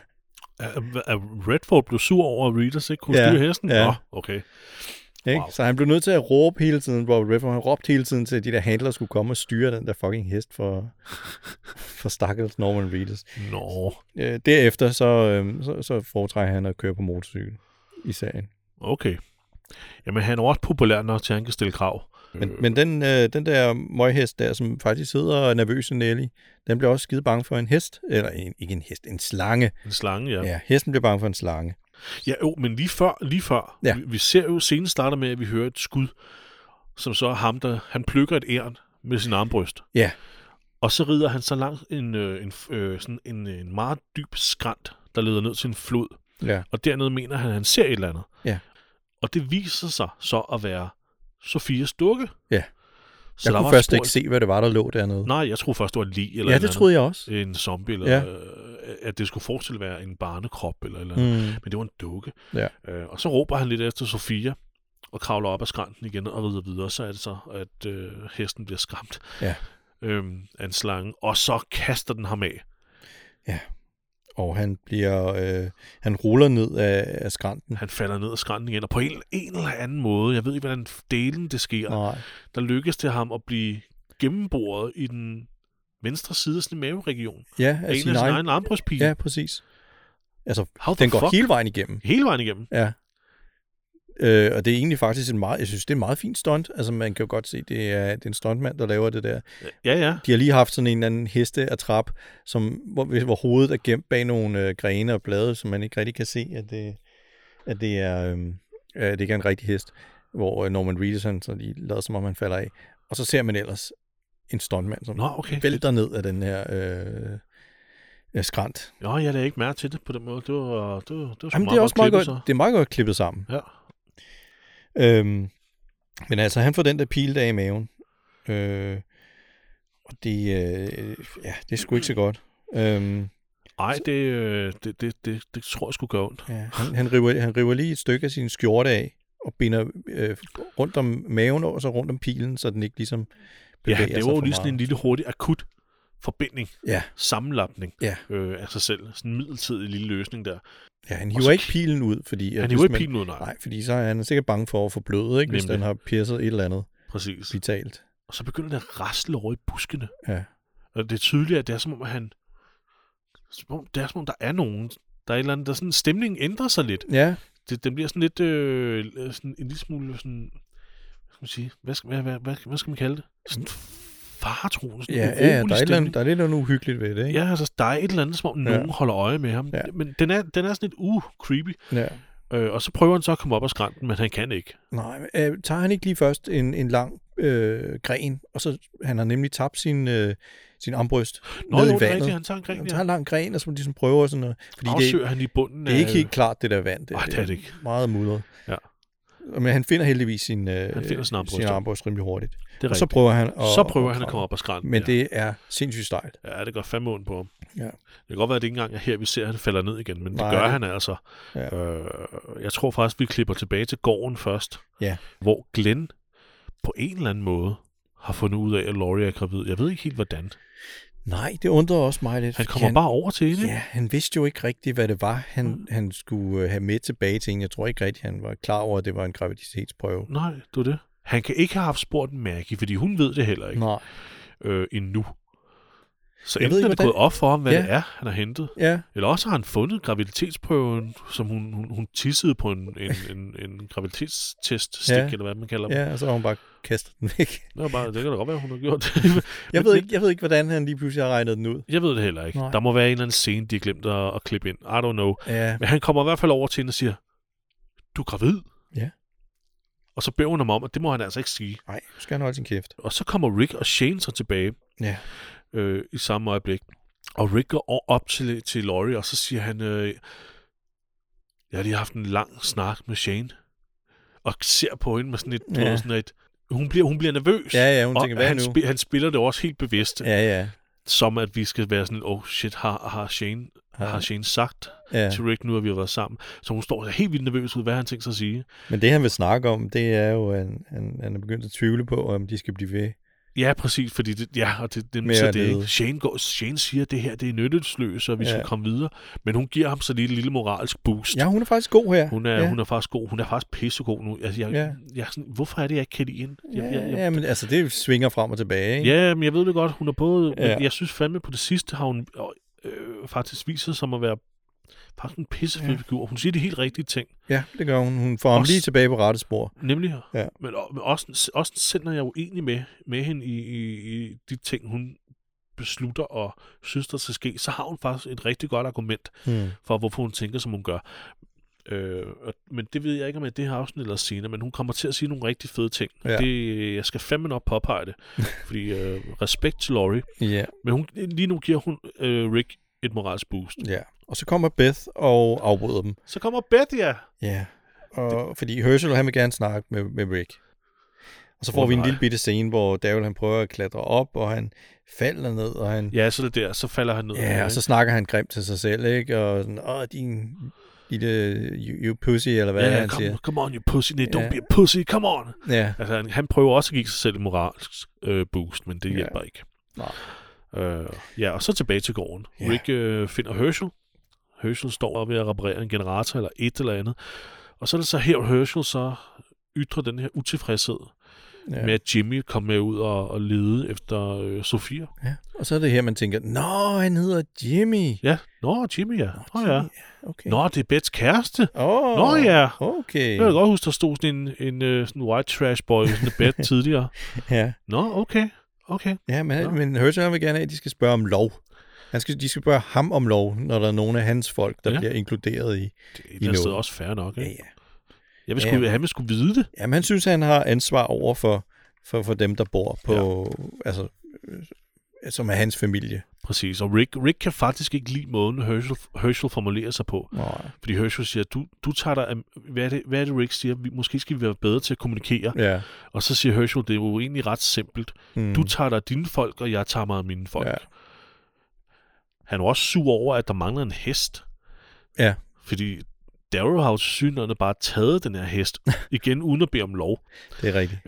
Redford blev sur over, at Reedus ikke kunne styre hesten? Ja. Nå, okay. Wow. Så han blev nødt til at råbe hele tiden, Robert Redford. Han råbte hele tiden til, at de der handlere skulle komme og styre den der fucking hest for stakkels Norman Reedus. Nå. Derefter så foretrækker han at køre på motorcykel i serien. Okay. Jamen, han er også populær nok til, at han kan stille krav. Men den der møghest der, som faktisk sidder nervøs og Nelly, den bliver også skide bange for en hest. Eller ikke en hest, en slange. En slange, ja. Ja, hesten bliver bange for en slange. Ja, men lige før. Ja. Vi ser jo, scenen starter med, at vi hører et skud, som så er ham, han plukker et æren med sin armbryst. Ja. Og så rider han så langt en meget dyb skrænt, der leder ned til en flod. Ja. Og dernede mener han ser et eller andet. Ja. Og det viser sig så at være Sofias dukke. Ja. Så jeg kunne først ikke se, hvad det var, der lå dernede. Nej, jeg troede først, det var en lig. Eller det troede jeg også. En zombie, eller at det skulle forestille være en barnekrop, eller men det var en dukke. Ja. Og så råber han lidt efter Sofia, og kravler op ad skrænten igen, og rider videre. Så er det så, at hesten bliver skræmt af en slange, og så kaster den ham af. Ja. Og han han ruller ned af skrænten. Han falder ned af skrænten igen, og på en eller anden måde, jeg ved ikke, hvordan delen det sker, der lykkes det ham at blive gennemboret i den venstre side af sin maveregion. Ja, af sin egen armbrystpile. Ja, præcis. Altså, den går hele vejen igennem. Hele vejen igennem? Ja. Og det er egentlig faktisk jeg synes, det er en meget fint stunt. Altså, man kan jo godt se, det er en stuntmand, der laver det der. Ja. De har lige haft sådan en eller anden hesteatrap, hvor hovedet er gemt bag nogle grene og blade, som man ikke rigtig kan se, at det ikke er en rigtig hest. Hvor Norman Reedus, så lige lader som om han falder af. Og så ser man ellers en stuntmand, som vælter ned af den her skrænt. Ja, jeg lagde ikke mærke til det på den måde. Det var Jamen, det er også meget godt. Det er meget godt klippet sammen. Ja. Men altså, han får den der pile af i maven. Og det er sgu ikke så godt. Nej, det tror jeg skulle gøre ondt. Ja, han river lige et stykke af sin skjorte af, og binder rundt om maven, og så rundt om pilen, så den ikke ligesom bevæger sig. Ja, det var jo lige sådan en lille hurtig akut forbinding, sammenlapning af sig selv. Sådan en midlertidig lille løsning der. Ja, han hiver ikke pilen ud, fordi... Han hiver ikke pilen ud, nej. Fordi så er han sikkert bange for at få blødet, ikke? Hvis den har piercet et eller andet. Præcis. Vitalt. Og så begynder det at rasle over i buskene. Ja. Og det er tydeligt, at det er som om, der er nogen... Der er et eller andet... Der sådan, stemningen ændrer sig lidt. Ja. Den bliver sådan lidt... sådan en lille smule sådan... Hvad skal man sige? Hvad skal man kalde det? Sådan faretroende. Ja, der er lidt uhyggeligt ved det, ikke? Ja, altså, der er et eller andet, som om nogen holder øje med ham. Ja. Men den er sådan lidt creepy. Ja. Og så prøver han så at komme op af skrænten, men han kan ikke. Nej, tager han ikke lige først en lang gren, og så han har nemlig tabt sin armbryst ned i vandet. Rigtigt, han tager en gren, han tager en lang gren, og så ligesom prøver sådan noget. Fordi afsøger han i bunden. Det er ikke helt klart, det der vand. Nej, det er det ikke. Meget mudret. Ja. Men han finder heldigvis sin armbrust rimelig hurtigt. Og så prøver han at komme op af skrænten. Men det er sindssygt stejlt. Ja, det går fandme ondt på ham. Ja. Det kan godt være, at det ikke engang er her, vi ser, at han falder ned igen, men det gør han altså. Ja. Jeg tror faktisk, vi klipper tilbage til gården først, hvor Glenn på en eller anden måde har fundet ud af, at Laurie er gravid. Jeg ved ikke helt, hvordan. Nej, det undrer også mig lidt. Han kommer bare over til hende. Ja, han vidste jo ikke rigtigt, hvad det var, han skulle have med tilbage til hende. Jeg tror ikke rigtigt, han var klar over, at det var en graviditetsprøve. Nej, det var det. Han kan ikke have haft spurgt Maggie, fordi hun ved det heller ikke. Nej. Endnu. Så enten er det gået op for ham, hvad det er, han har hentet. Ja. Eller også har han fundet graviditetsprøven, som hun tissede på en graviditetsteststik, eller hvad man kalder dem. Ja, og så har hun bare kastet den væk. Det kan da godt være, hun har gjort det. jeg ved ikke, hvordan han lige pludselig har regnet den ud. Jeg ved det heller ikke. Nej. Der må være en eller anden scene, de har glemt at klippe ind. I don't know. Ja. Men han kommer i hvert fald over til hende og siger, du er gravid? Ja. Og så beder hun ham om, at det må han altså ikke sige. Nej, nu skal han holde sin kæft. Og så kommer Rick og Shane så tilbage. Ja. I samme øjeblik. Og Rick går op til Laurie, og så siger han, jeg har lige haft en lang snak med Shane, og ser på hende med sådan et, hun bliver nervøs. Ja, hun tænker, hvad nu? Han spiller det også helt bevidst. Ja. Som at vi skal være sådan, shit, har Shane sagt til Rick nu, at vi har været sammen. Så hun står helt vildt nervøs ud, hvad han tænker sig at sige. Men det, han vil snakke om, det er jo, at han er begyndt at tvivle på, om de skal blive ved. Ja, præcis, fordi Shane siger, at det her det er nytteløst, og vi skal komme videre. Men hun giver ham så lige et lille moralsk boost. Ja, hun er faktisk god her. Hun er faktisk god. Hun er faktisk pissegod nu. Altså, jeg sådan, hvorfor er det, jeg ikke kan lide hende? Men altså, det svinger frem og tilbage, ikke? Ja, men jeg ved det godt. Hun er både... Ja. Men jeg synes fandme, på det sidste har hun faktisk vist sig som at være faktisk en pissefed figur. Hun siger de helt rigtige ting. Ja, det gør hun. Hun får ham lige tilbage på rette spor. Nemlig. Ja. Men også selv når jeg er uenig med hende i de ting, hun beslutter og synes, der skal ske, så har hun faktisk et rigtig godt argument for, hvorfor hun tænker, som hun gør. Men det ved jeg ikke, om det her afsnit eller senere, men hun kommer til at sige nogle rigtig fede ting. Ja. Jeg skal fandme nok påpege det, fordi respekt til Laurie. Ja. Men lige nu giver hun Rick et moralsk boost. Ja. Og så kommer Beth og afbryder dem. Så kommer Beth, ja. Ja, fordi Herschel, han vil gerne snakke med Rick. Og så får vi en lille bitte scene, hvor Daryl han prøver at klatre op, og han falder ned, og han... Ja, så det der, så falder han ned. Ja, og så snakker han grimt til sig selv, ikke? Og sådan, din lille you pussy, eller hvad han siger. Come on, you pussy. Nej, don't be a pussy, come on. Ja. Altså, han prøver også at give sig selv en moralsk boost, men det hjælper ikke. Nej. Og så tilbage til gården. Rick finder Herschel. Herschel står ved at reparere en generator, eller et eller andet. Og så er det så her, Herschel så ytrer den her utilfredshed med, at Jimmy kom med ud og lede efter Sofia. Ja, og så er det her, man tænker, nå, han hedder Jimmy. Ja, Jimmy, ja. Ja. Okay. Nå, det er Bets kæreste. Nå ja. Okay. Jeg kan godt huske, der stod sådan en white trash boy i sådan et bed tidligere. Ja. Nå, okay. Ja, men Herschel vil gerne have, at de skal spørge om lov. De skal spørge ham om lov, når der er nogle af hans folk, der bliver inkluderet i noget. Det er også fair nok, ikke? Ja. Han vil sgu vide det. Jamen, han synes, han har ansvar over for dem, der bor på, som er hans familie. Præcis, og Rick kan faktisk ikke lide måden, Herschel formulerer sig på. Nej. Fordi Herschel siger, du tager dig af, hvad er det Rick siger? Måske skal vi være bedre til at kommunikere. Ja. Og så siger Herschel, det er jo egentlig ret simpelt. Du tager dig af dine folk, og jeg tager mig af mine folk. Ja. Han er også sur over, at der mangler en hest. Ja. Fordi Daryl har jo synligheden bare taget den her hest, igen uden at bede om lov. Det er rigtigt.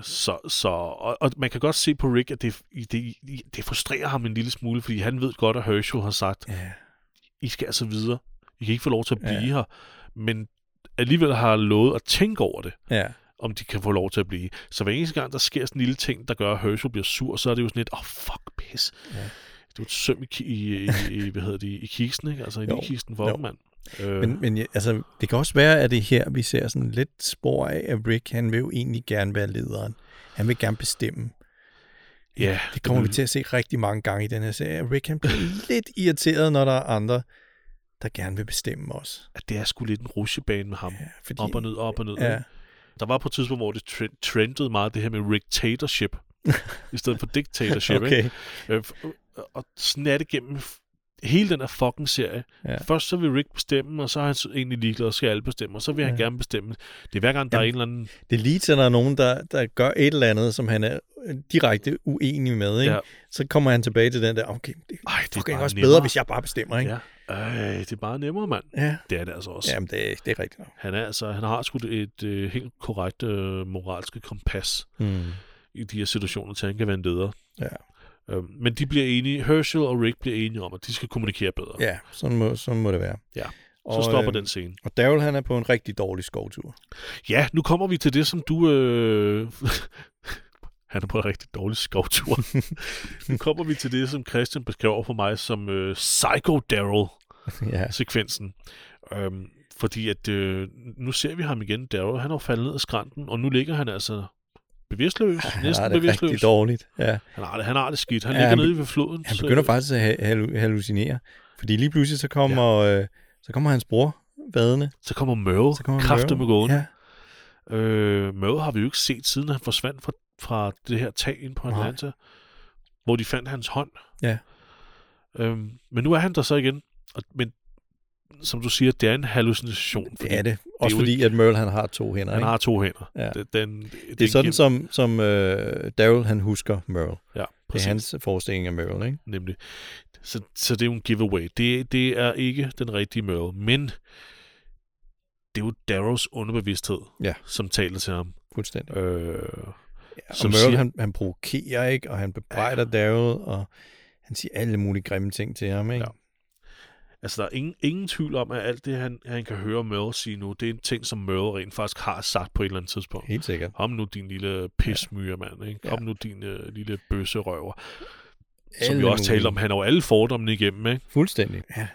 Og man kan godt se på Rick, at det frustrerer ham en lille smule, fordi han ved godt, at Herschel har sagt, I skal altså videre. I kan ikke få lov til at blive her. Men alligevel har lovet at tænke over det, om de kan få lov til at blive. Så hver eneste gang, der sker sådan en lille ting, der gør, at Herschel bliver sur, så er det jo sådan et, fuck, pis. Ja. Det er jo et søm i kisten, ikke? Altså i kisten for dem, mand. Men altså, det kan også være, at det her, vi ser sådan lidt spor af, at Rick, han vil jo egentlig gerne være lederen. Han vil gerne bestemme. Ja. Det kommer vi til at se rigtig mange gange i den her serie. Rick, han bliver lidt irriteret, når der er andre, der gerne vil bestemme os. At det er sgu lidt en rushebane med ham. Ja, fordi, op og ned. Ja. Der var på et tidspunkt, hvor det trendede meget, det her med Rick-tatorship, i stedet for dictatorship. Okay. Ikke? Og sådan er det gennem hele den her fucking serie. Ja. Først så vil Rick bestemme, og så er han egentlig ligeglad og skal alle bestemme, og så vil han gerne bestemme. Det er hver gang, der er en eller anden... Det er lige til, når der er nogen, der gør et eller andet, som han er direkte uenig med, ikke? Ja. Så kommer han tilbage til den der, okay, det er også bedre, hvis jeg bare bestemmer, ikke? Ja. Det er bare nemmere, mand. Ja. Det er det altså også. Jamen, det er rigtigt nok. Han har sgu et helt korrekt moralske kompas i de her situationer, til han kan være en leder. Ja. Men de bliver enige, Herschel og Rick bliver enige om, at de skal kommunikere bedre. Ja, sådan må det være. Ja, så stopper den scene. Og Daryl, han er på en rigtig dårlig skovtur. Ja, nu kommer vi til det, som du... Han er på en rigtig dårlig skovtur. Nu kommer vi til det, som Christian beskriver for mig som Psycho Daryl-sekvensen. Fordi at nu ser vi ham igen, Daryl. Han er faldet ned af skrænten, og nu ligger han altså... bevidstløs, næsten bevidstløs. Rigtig dårligt, ja. Han har det skidt. Han ligger nede ved floden. Han begynder faktisk at hallucinere. Fordi lige pludselig så kommer hans bror vadende. Så kommer Merle kraftigt med gående. Ja. Merle har vi jo ikke set, siden han forsvandt fra det her tag ind på Atlanta, hvor de fandt hans hånd. Ja. Men nu er han der så igen. Men som du siger, det er en hallucination. Det er det. Også fordi, at Merle, han har 2 hænder. Han har 2 hænder. Ja. Det er sådan, som Daryl, han husker Merle. Ja, det er hans forestilling af Merle, ikke? Nemlig. Så det er jo en giveaway. Det er ikke den rigtige Merle, men det er jo Daryls underbevidsthed, som taler til ham. Fuldstændig. Og Merle, han provokerer, ikke? Og han bebrejder Daryl, og han siger alle mulige grimme ting til ham, ikke? Ja. Altså, der er ingen tvivl om, at alt det, han kan høre Merle sige nu, det er en ting, som Merle rent faktisk har sagt på et eller andet tidspunkt. Helt sikkert. Kom nu, din lille pismyre, mand. Ikke? Kom nu, din lille bøsserøver. Som vi også talte om, han har jo alle fordommene igennem, ikke? Fuldstændig. Ja.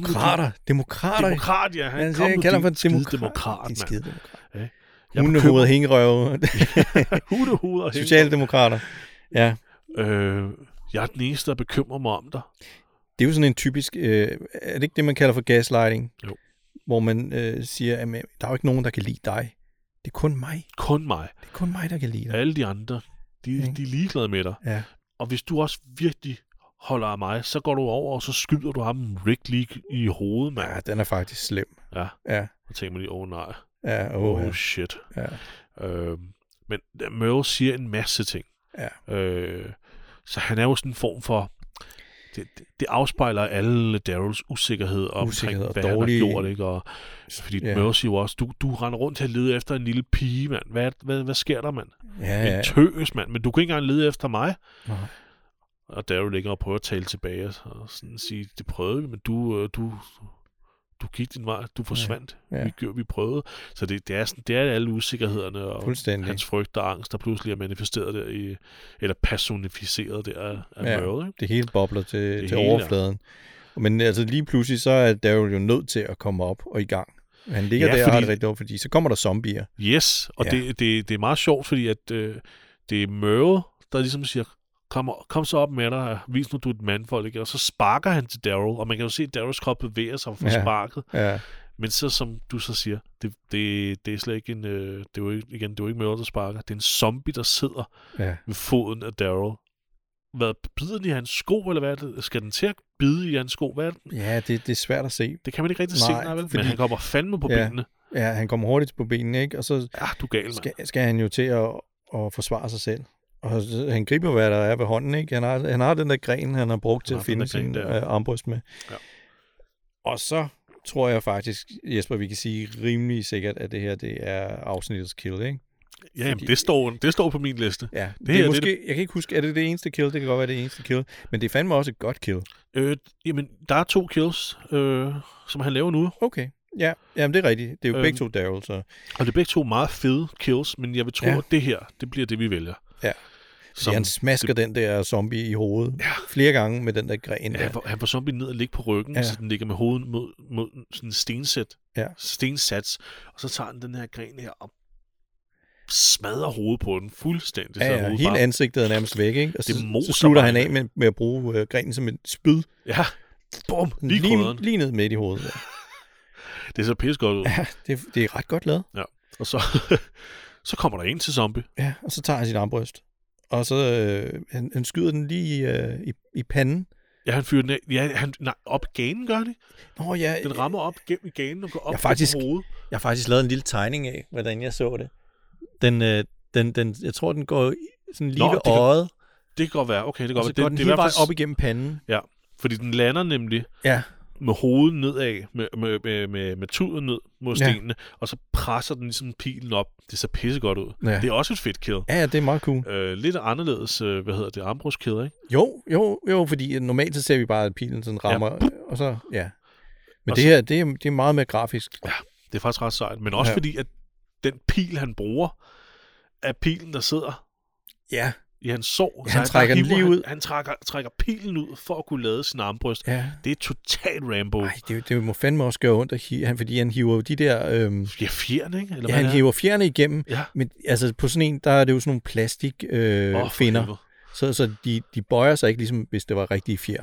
Demokrater, ja. Han kalder for en demokrat, en skide demokrat. Hundehoved, hængerøve. Hundehoved og Socialdemokrater. Ja. Jeg er den eneste, der bekymrer mig om dig. Det er jo sådan en typisk, er det ikke det, man kalder for gaslighting? Jo. Hvor man siger, at der er jo ikke nogen, der kan lide dig. Det er kun mig. Kun mig. Det er kun mig, der kan lide dig. Alle de andre, de er ligeglade med dig. Ja. Og hvis du også virkelig holder af mig, så går du over, og så skyder du ham Rick lige i hovedet, mand. Ja, den er faktisk slem. Ja. Og tænker man lige, nej. Ja, shit. Ja. Men Merle siger en masse ting. Ja. Så han er jo sådan en form for... Det afspejler alle Daryls usikkerhed omkring, hvad dårlige... han har gjort, ikke? Og, fordi Merle siger jo også, du render rundt til at lede efter en lille pige, mand. Hvad sker der, mand? En tøs, mand. Men du kan ikke engang lede efter mig. Nej. Og Daryl ligger og prøver at tale tilbage og sådan sige, det prøvede vi, men du gik din vej, du forsvandt. Vi prøvede. Så det er alle usikkerhederne og hans frygt og angst, der pludselig er manifesteret der eller personificeret der af Merle. Det hele bobler til overfladen. Ja. Men altså lige pludselig, så er Daryl jo nødt til at komme op og i gang. Han ligger der og har det rigtig over, fordi så kommer der zombier. Yes, og det er meget sjovt, fordi at det er Merle, der ligesom siger, kom så op med dig, vis nu, du er et mandfolk, ikke? Og så sparker han til Daryl, og man kan jo se, at Daryls krop bevæger sig for sparket. Ja. Men så, som du så siger, det er slet ikke en... det er jo ikke Merle, der sparker. Det er en zombie, der sidder ved foden af Daryl. Hvad, bider den i hans sko, eller hvad er det? Skal den til at bide i hans sko? Hvad er det? Ja, det er svært at se. Det kan man ikke rigtig se, vel? Fordi... Men han kommer fandme på benene. Ja, han kommer hurtigt på benene, ikke? Og så du er gal, skal han jo til at forsvare sig selv. Og han griber, hvad der er ved hånden, ikke? Han har den der gren, han har brugt til at finde sin armbryst med. Ja. Og så tror jeg faktisk, Jesper, vi kan sige rimelig sikkert, at det her, det er afsnittets kill, ikke? Ja, fordi, det står på min liste. Ja, det er måske, jeg kan ikke huske, er det det eneste kill? Det kan godt være det eneste kill. Men det er fandme også et godt kill. Jamen, der er 2 kills, som han laver nu. Okay. Ja, jamen det er rigtigt. Det er jo begge 2 Daryl, så... Og det er begge 2 meget fede kills, men jeg vil tro, at det her, det bliver det, vi vælger. Ja. Fordi han smasker den der zombie i hovedet flere gange med den der gren der. Han får zombien ned og ligge på ryggen, så den ligger med hovedet mod sådan en stensats, og så tager den her gren her og smadrer hovedet på den fuldstændig. Ja, hele ansigtet er nærmest væk, ikke? Og så slutter han af med at bruge grenen som et spyd. Ja, bum, lige ned midt i hovedet. Ja. Det er så pisse godt ud. Ja, det er ret godt lavet. Ja, og så kommer der en til zombie. Ja, og så tager han sin armbryst. Og så han skyder den lige i panden. Ja, han fyrer den af. Ja, op i ganen gør det. Nå ja. Den rammer op gennem ganen og går op på hovedet. Jeg har faktisk lavet en lille tegning af, hvordan jeg så det. Den jeg tror, den går sådan lige ved øjet. Det kan godt være. Okay, det kan godt være. Den hele vej op igennem panden. Ja, fordi den lander nemlig med hovedet nedad, med tuden ned mod stenene, og så presser den ligesom pilen op. Det ser pissegodt ud. Ja. Det er også et fedt kill. Ja, det er meget cool. Lidt anderledes, armbrustkill, ikke? Jo, fordi normalt så ser vi bare, at pilen sådan rammer, og så, Men og det her, det er meget mere grafisk. Ja, det er faktisk ret sejt. Men også fordi, at den pil, han bruger, er pilen, der sidder i hans sår. Ja, han trækker den lige ud. Han trækker pilen ud for at kunne lade sin armbrøst. Ja. Det er totalt Rambo. Nej, det må fandme også gøre ondt, fordi han hiver de der... fjerne, ikke? Eller han hiver fjerne igennem. Ja. Men altså, på sådan en, der er det jo sådan nogle plastikfinder. Så de bøjer sig ikke, ligesom hvis det var rigtige fjer.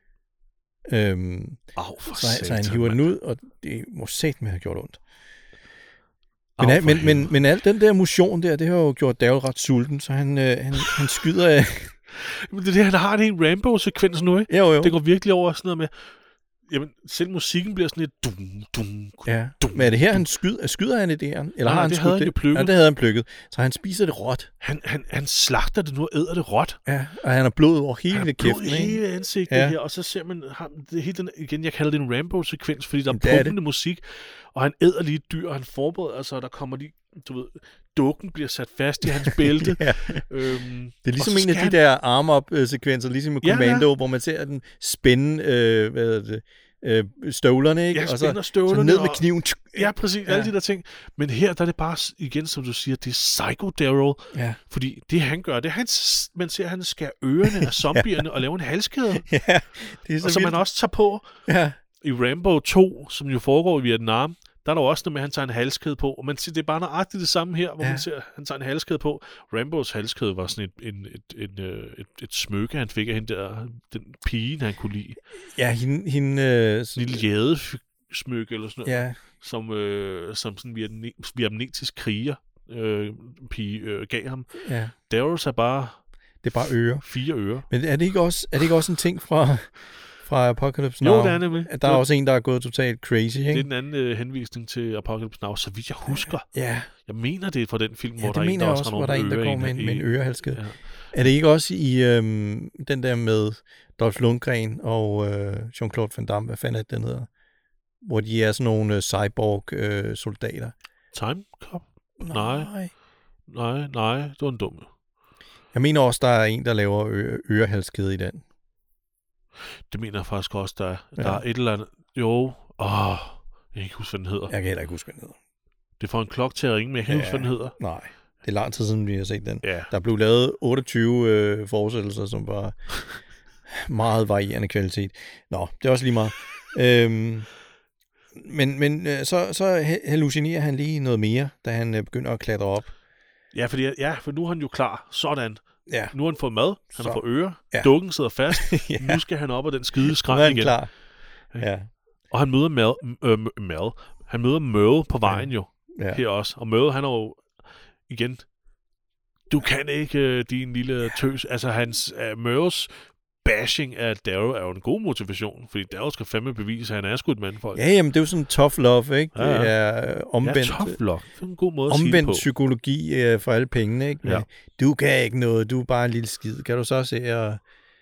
Så han hiver den ud, og det må satme have gjort ondt. Men al den der motion der, det har jo gjort Daryl ret sulten, så han skyder af... Men det han har en helt Rambo-sekvens nu, ikke? Jo. Det går virkelig over sådan noget med... Jamen, selv musikken bliver sådan lidt... Men er det her, han skyder han i det her? Eller har han det havde han jo plukket. Ja, det havde han plukket. Så han spiser det råt. Han slagter det nu og æder det råt. Ja, og han har blod over hele kæften. Hele ansigtet her, og så ser man... igen, jeg kalder det en Rambo-sekvens, fordi der er pumpende musik, og han æder lige et dyr, og han forbereder sig, og der kommer lige... Du ved, dukken bliver sat fast i hans bælte. Det er ligesom en af de der arm-up-sekvenser, ligesom med Commando, hvor man ser den spænde, støvlerne, ikke? Ja, og så ned med kniven. Ja, præcis, alle de der ting. Men her, der er det bare, igen, som du siger, det er Psycho Daryl. Ja. Fordi det, han gør, det er, man ser, at han skærer ørerne af zombierne og laver en halskæde. Ja, det er så og som man også tager på i Rambo 2, som jo foregår i Vietnam. Der er der også noget med, at han tager en halskæde på. Og man siger, det er bare nøjagtigt det samme her, hvor man ser, at han tager en halskæde på. Rambos halskæde var sådan et smykke, han fik af hende der, den pige, han kunne lide. Ja, hende lille jadesmykke eller sådan noget, som sådan vietnamesisk kriger pige gav ham. Ja. Daryls er bare... Det er bare ører. 4 ører. Men er det ikke også en ting fra fra Apocalypse Now? Jo, det er nemlig. Der er også en, der er gået totalt crazy, ikke? Det er den anden henvisning til Apocalypse Now, så vidt jeg husker. Ja. Jeg mener, det er fra den film, Ja, hvor der er en, der også har nogle der går med en ørehalskede. Ja. Er det ikke også i den der med Dolph Lundgren og Jean-Claude Van Damme, hvad fanden er det, den hedder? Hvor de er sådan nogle cyborg-soldater. Time Cop? Nej, det var en dum. Jeg mener også, der er en, der laver ørehalskede i den. Det mener jeg faktisk også, der er. Ja. Der er et eller andet... Jo, jeg kan ikke huske, hvad den hedder. Jeg kan heller ikke huske, hvad den hedder. Det får en klokke til at ringe, men jeg kan ikke huske, hvad den hedder. Nej, det er lang tid siden, vi har set den. Ja. Der blev lavet 28 fortsættelser, som var meget varierende kvalitet. Nå, det er også lige meget. Men så hallucinerer han lige noget mere, da han begynder at klatre op. Ja, for nu er han jo klar. Sådan. Ja. Nu har han fået mad. Han har fået øre. Ja. Dukken sidder fast. Ja. Nu skal han op ad den skide skræm igen. Klar. Ja. Og han møder Mel. Han møder Merle på vejen jo. Ja. Her også. Og Merle, han er jo igen... Du kan ikke, din lille tøs. Altså, hans Merles bashing af Daryl er jo en god motivation, fordi Daryl skal fandme bevise, at han er sgu et mandfolk. Ja, jamen, det er jo sådan tough love, ikke? Ja. Det er omvendt... Ja, tough love. Det er en god måde at sige det på. Omvendt psykologi for alle pengene, ikke? Men, du kan ikke noget, du er bare en lille skid. Kan du så se og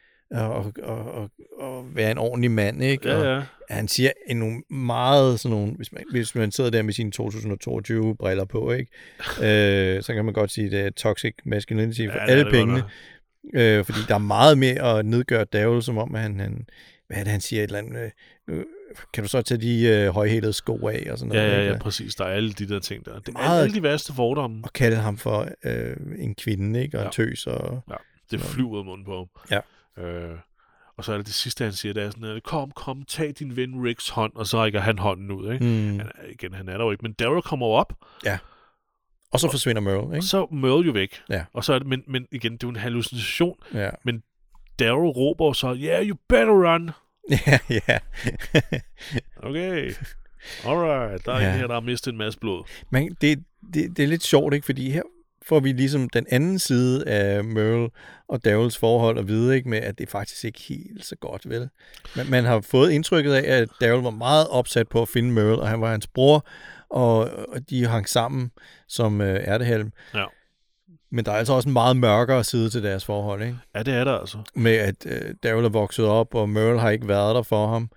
være en ordentlig mand, ikke? Ja. Og han siger nogle meget sådan nogle... Hvis man sidder der med sine 2022 briller på, ikke? Så kan man godt sige, at det er toxic masculinity for alle pengene. Fordi der er meget med at nedgøre Daryl, som om han hvad er det, han siger, et eller andet, kan du så tage de højhælede sko af, og sådan noget. Ja, præcis, der er alle de der ting der. Det er alle de værste fordomme. Og kalde ham for en kvinde, ikke, og en tøs. Og, det flyver ud af munden på ham. Ja. Og så er det sidste, han siger, det er sådan, kom, tag din ven Ricks hånd, og så rækker han hånden ud, ikke? Han er der jo ikke, men Daryl kommer op. Ja. Og så forsvinder Merle, ikke? Så er Merle jo væk. Ja. Og så er det, men igen, det er jo en hallucination. Ja. Men Daryl råber så, yeah, you better run. Ja. Okay. Alright. Der er en her, der har mistet en masse blod. Men det er lidt sjovt, ikke? Fordi her får vi ligesom den anden side af Merle og Daryls forhold at vide, ikke? Med, at det er faktisk ikke helt så godt, vel? Man har fået indtrykket af, at Daryl var meget opsat på at finde Merle, og han var hans bror, og de hang sammen som ærtehalm. Ja. Men der er altså også en meget mørkere side til deres forhold, ikke? Ja, det er der altså. Med at Daryl er vokset op, og Merle har ikke været der for ham.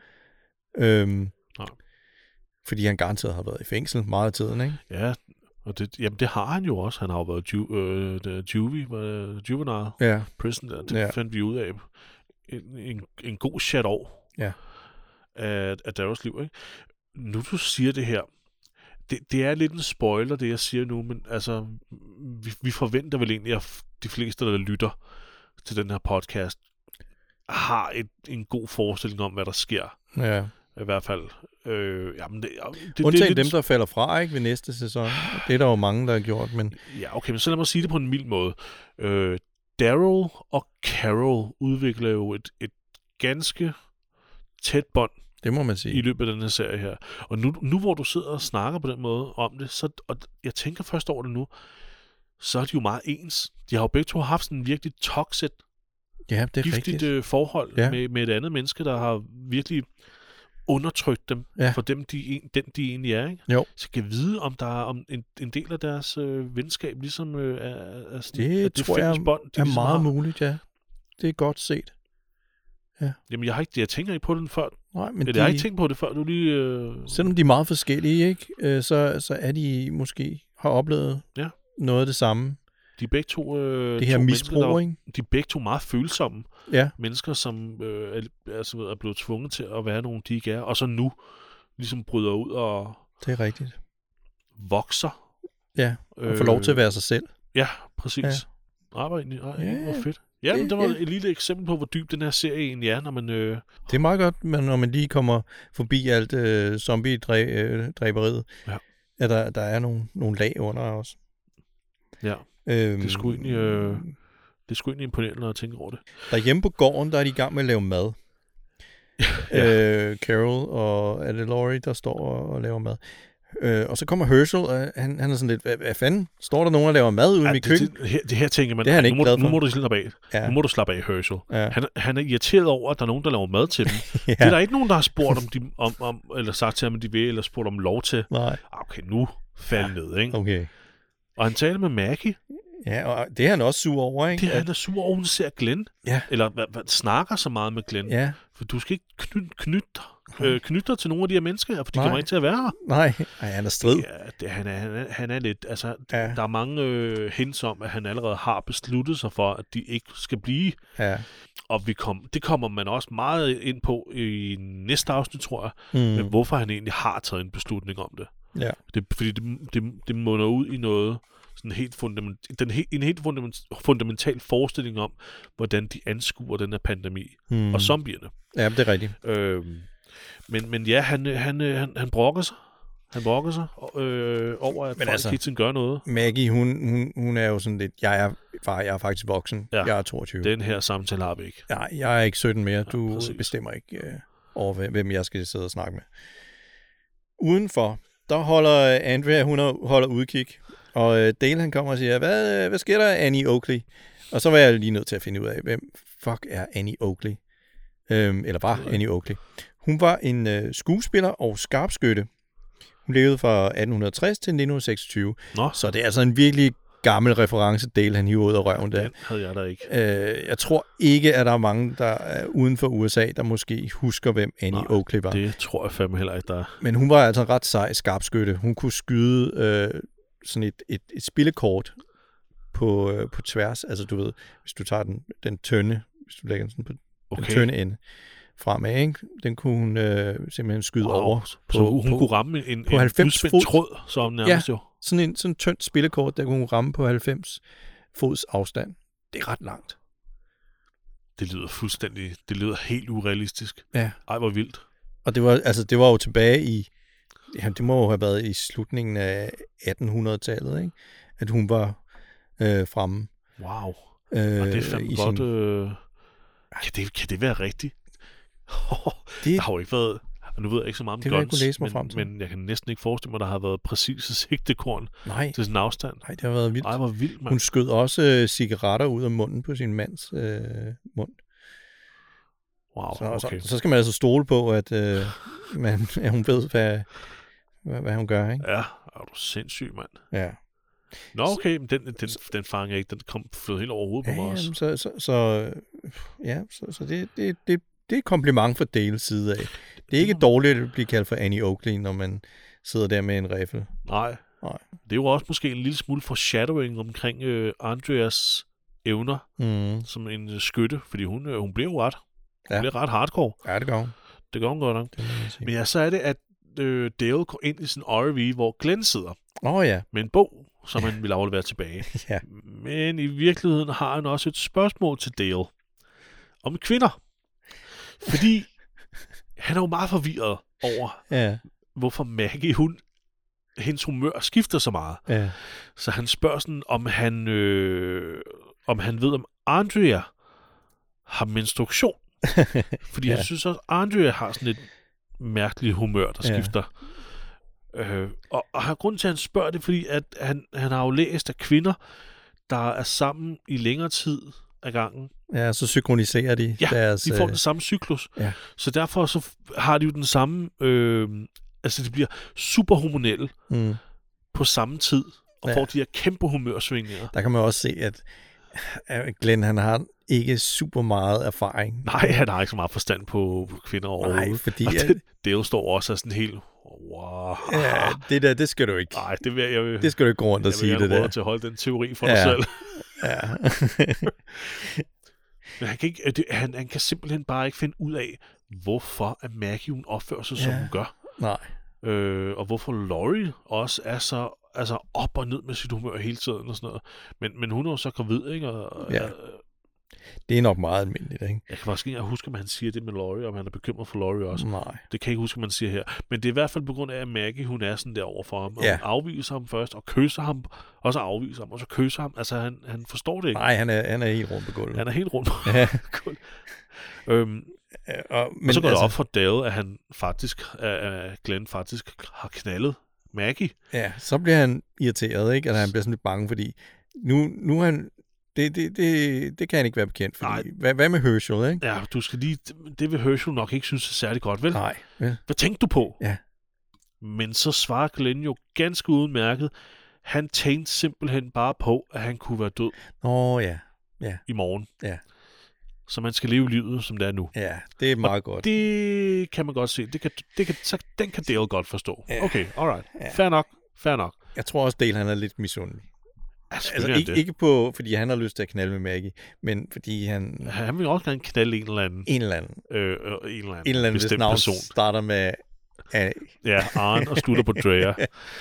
Fordi han garanteret har været i fængsel meget af tiden, ikke? Ja, og det har han jo også. Han har jo været juvenile prison der. Det fandt vi ud af. En god shadow af Daryls liv, ikke? Nu du siger det her, det er lidt en spoiler, det jeg siger nu, men altså, vi forventer vel egentlig, at de fleste, der lytter til den her podcast, har en god forestilling om, hvad der sker. Ja. I hvert fald. Undtagen dem, der falder fra, ikke, ved næste sæson. Det er der jo mange, der har gjort, men... Ja, okay, men så lad mig sige det på en mild måde. Daryl og Carol udvikler jo et ganske tæt bånd. Det må man sige. I løbet af den her serie her. Og nu hvor du sidder og snakker på den måde om det, så, og jeg tænker først over det nu, så er de jo meget ens. De har jo begge to haft sådan en virkelig toxic, giftigt forhold med et andet menneske, der har virkelig undertrykt dem for dem, de egentlig er. Ikke? Jo. Så kan jeg vide, om der er om en del af deres venskab ligesom er det tror jeg bånd, er ligesom meget muligt, ja. Det er godt set. Ja. Jamen, jeg tænker ikke på den før. Nej, men jeg har ikke tænkt på det før. Du lige, selvom de er meget forskellige, ikke, så er de måske har oplevet noget af det samme. De er begge to det her misbrug, ikke? De er begge to meget følsomme mennesker, som er blevet tvunget til at være nogen, de ikke er, og så nu ligesom bryder ud og det er rigtigt. Vokser. Ja, og får lov til at være sig selv. Ja, præcis. Hvor fedt. Ja, men det var et lille eksempel på, hvor dyb den her serie egentlig er, når man... Det er meget godt, men når man lige kommer forbi alt zombie-dræberiet, at der er nogle lag under os. Ja, det er sgu egentlig imponerende, når jeg tænker over det. Derhjemme på gården, der er de i gang med at lave mad. Carol og er det Laurie, der står og laver mad. Og så kommer Herschel, og han er sådan lidt, hvad fanden? Står der nogen, der laver mad ude i mit køkken? Det her tænker man, det er han ikke glad for. Nu må du slappe af. Ja. Nu må du slappe af, Herschel. Ja. Han er irriteret over, at der er nogen, der laver mad til dem. Ja. Det er der ikke nogen, der har spurgt om eller sagt til ham, at de vil, eller spurgt om lov til. Nej. Okay, nu fald ned, ikke? Okay. Og han taler med Maggie. Ja, og det er han også sur over, ikke? Han er sur over, hun ser Glenn. Ja. Eller snakker så meget med Glenn. Ja. For du skal ikke knytte dig til nogle af de her mennesker her, for de kommer ikke til at være her. Nej, han er strid. Ja, han er lidt... Altså, der er mange hints om, at han allerede har besluttet sig for, at de ikke skal blive. Ja. Og det kommer man også meget ind på i næste afsnit, tror jeg, med hvorfor han egentlig har taget en beslutning om det. Ja. Fordi det munder ud i noget... en helt fundamental forestilling om, hvordan de anskuer den her pandemi og zombierne. Ja, det er rigtigt. Men ja, han brokker sig. Han brokker sig over, at folk gør noget. Maggie, hun er jo sådan lidt, jeg er faktisk voksen. Ja, jeg er 22. Den her samtale har vi ikke. Nej, jeg er ikke 17 mere. Du bestemmer ikke over, hvem jeg skal sidde og snakke med. Udenfor, der holder Andrea, hun holder udkig. Og Dale, han kommer og siger, hvad sker der, Annie Oakley? Og så var jeg lige nødt til at finde ud af, hvem fuck er Annie Oakley? Eller var Annie Oakley? Hun var en skuespiller og skarpskytte. Hun levede fra 1860 til 1926. Nå. Så det er altså en virkelig gammel reference, Dale, han hiver ud af røven der. Den havde jeg da ikke. Jeg tror ikke, at der er mange, der er uden for USA, der måske husker, hvem Annie Oakley var. Det tror jeg fandme heller ikke, der er. Men hun var altså ret sej skarpskytte. Hun kunne skyde... sådan et spillekort på tværs, altså du ved, hvis du tager den tynde, hvis du lægger den sådan på den tynde ende fremad, ikke? Den kunne hun simpelthen skyde over. Så hun kunne ramme en 90 fod tråd, som nærmest jo. Sådan en tyndt spillekort, der kunne hun ramme på 90 fods afstand. Det er ret langt. Det lyder helt urealistisk. Ja. Ej, hvor vildt. Og det var jo tilbage i det må jo have været i slutningen af 1800-tallet, ikke? At hun var fremme. Wow. Og det er fandme godt... Kan det være rigtigt? Der har jo ikke været... Nu ved jeg ikke så meget om guns, men jeg kan næsten ikke forestille mig, at der har været præcise sigtekorn til sådan en afstand. Nej, det har været vildt. Ej, hvor vildt, man. Hun skød også cigaretter ud af munden på sin mands mund. Wow, okay. Så skal man altså stole på, at hun ved, hvad hun gør, ikke? Ja, er du sindssyg, mand. Ja. Nå, okay, men den fanger jeg ikke. Den kom flød helt over hovedet på mig også. Så det er et kompliment fra Dales side af. Det er ikke dårligt at blive kaldt for Annie Oakley, når man sidder der med en riffel. Nej. Det er jo også måske en lille smule foreshadowing omkring Andreas evner som en skytte, fordi hun bliver jo ret. Hun bliver ret hardcore. Ja, det gør hun. Det gør hun godt nok. Men ja, så er det, at Dale går ind i sin RV, hvor Glenn sidder. Med en bog, som han vil aflevere tilbage. Ja. Men i virkeligheden har han også et spørgsmål til Dale om kvinder. Fordi han er jo meget forvirret over, hvorfor Maggie, hendes humør skifter så meget. Ja. Så han spørger sådan, om han ved, om Andrea har menstruation. Fordi jeg synes også, at Andrea har sådan et mærkeligt humør, der skifter. Og grunden til, at han spørger det, fordi at han har jo læst af kvinder, der er sammen i længere tid ad gangen. Ja, så synkroniserer de deres... de får den samme cyklus. Ja. Så derfor så har de jo den samme... de bliver super hormonelle på samme tid, og får de her kæmpe humørsvingninger. Der kan man også se, at Glenn, han har ikke super meget erfaring. Nej, han har ikke så meget forstand på kvinder overhovedet. Nej, fordi... Dale står også sådan helt... Wow. Ja, det skal du ikke. Nej, det skal du ikke gå rundt og sige det der. Jeg vil til at holde den teori for dig selv. Ja. Men han kan simpelthen bare ikke finde ud af, hvorfor at Maggie hun opfører sig, som hun gør. Nej. Og hvorfor Laurie også er så op og ned med sit humør hele tiden og sådan noget. Men hun er jo så gravid, ikke? Det er nok meget almindeligt, ikke? Jeg kan faktisk ikke huske, om han siger det med Laurie, om han er bekymret for Laurie også. Nej. Det kan jeg ikke huske, om han siger her. Men det er i hvert fald på grund af, at Maggie, hun er sådan der over for ham. Og hun afviser ham først, og kysser ham, og så afviser ham, og så kysser ham. Altså, han forstår det ikke. Nej, han er helt rundt på gulvet. Han er helt rundt på gulvet. Og så går det op for Dale, at han faktisk, at Glenn faktisk har knaldet Maggie. Ja, så bliver han irriteret, ikke? Eller han bliver sådan lidt bange, fordi nu er han... Det kan han ikke være bekendt, fordi... Hvad med Herschel, ikke? Ja, du skal lige... Det vil Herschel nok ikke synes er særlig godt, vel? Nej. Ja. Hvad tænkte du på? Ja. Men så svarer Glenn jo ganske udmærket. Han tænkte simpelthen bare på, at han kunne være død. Ja. I morgen. Ja. Så man skal leve livet, som det er nu. Ja, det er meget godt. Det kan man godt se. Den kan Dale godt forstå. Ja. Okay, alright. Ja. Fair nok. Jeg tror også, Dale han er lidt misundelig. Altså, ikke på, fordi han har lyst til at knalde med Maggie, men fordi han... Han vil også gerne knalde en eller anden. En eller anden. En eller anden bestemt person. Starter med A. Ja, Arne og slutter på Drea.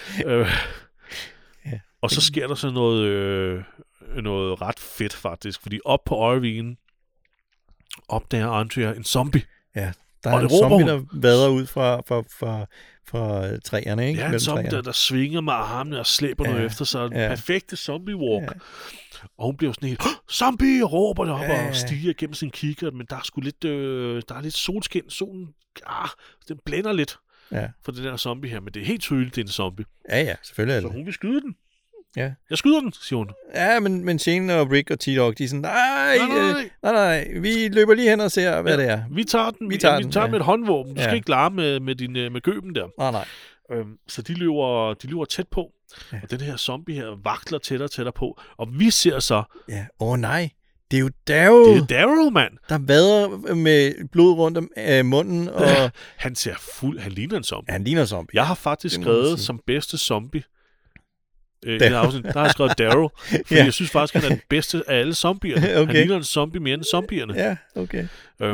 Og så sker der så noget ret fedt, faktisk. Fordi op på RV'en opdager Andrea en zombie. Ja, der er en zombie, der vader ud fra træerne, ikke? Ja, en zombie, der svinger med armene og slæber noget efter sig. En perfekte zombie-walk. Ja. Og hun bliver sådan helt, zombie, og råber det op og stiger gennem sin kikkert, men der er sgu lidt, der er lidt solskin. Solen, den blænder lidt for det der zombie her, men det er helt tydeligt, det er en zombie. Ja, selvfølgelig er det. Så hun vil skyde den. Ja. Jeg skyder den, siger hun. Ja, men Shane og Rick og T-Dog, de er sådan, nej, vi løber lige hen og ser, hvad det er. Vi tager den. Vi tager med et håndvåben. Du skal ikke larme med gøben der. Nej. Så de løber tæt på, og den her zombie her vakler tættere på, og vi ser så... Ja, nej, det er jo Daryl. Det er Daryl, mand. Der vader med blod rundt om munden, og... Han ligner en zombie. Han ligner en zombie. Jeg har faktisk skrevet som bedste zombie, der har jeg skrevet Daryl, fordi jeg synes faktisk, han er den bedste af alle zombierne. Okay. Han ligner en zombie mere end zombierne. Ja, okay.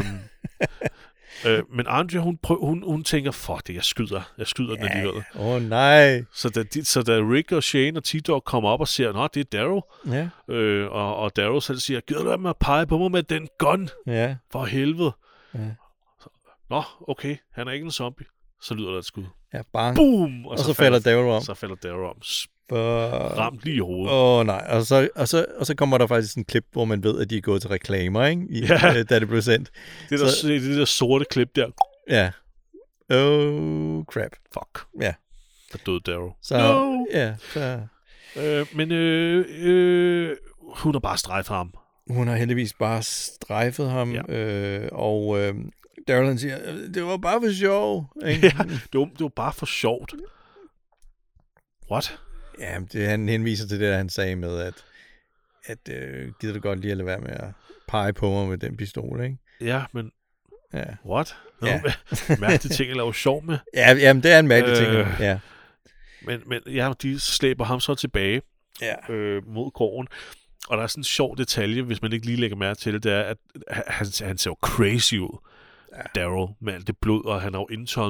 Men Andrea, hun tænker, fuck det, jeg skyder den alligevel. Nej. Så da Rick og Shane og T-Dog kommer op og siger, nå, det er Daryl. Ja. Og Daryl selv siger, gider du med at pege på mig med den gun? Ja. For helvede. Ja. Nå, okay, han er ikke en zombie. Så lyder der et skud. Ja, bang. Boom! Og så falder Daryl om. Så falder Daryl om. Ramt lige i hovedet. Nej, og så kommer der faktisk en klip, hvor man ved, at de er gået til reklamer, ikke? Da det blev sendt. Det der sorte klip der. Ja. Oh, crap. Fuck. Ja. Der døde Daryl. Ja, så... Men hun har bare strejfet ham. Hun har heldigvis bare strejfet ham, og Daryl han siger, det var bare for sjov. Ikke? Ja, det var bare for sjovt. What? Ja, han henviser til det, der han sagde med, at gider du godt lige at lade være med at pege på mig med den pistol, ikke? Ja, men... Ja. What? Mærkelige ting at lave sjov med. Jamen, det er en mærkelig ting, ja. Men de slæber ham så tilbage mod gården. Og der er sådan en sjov detalje, hvis man ikke lige lægger mærke til det, det er, at han ser jo crazy ud. Daryl, med alt det blod, og han har jo indtørret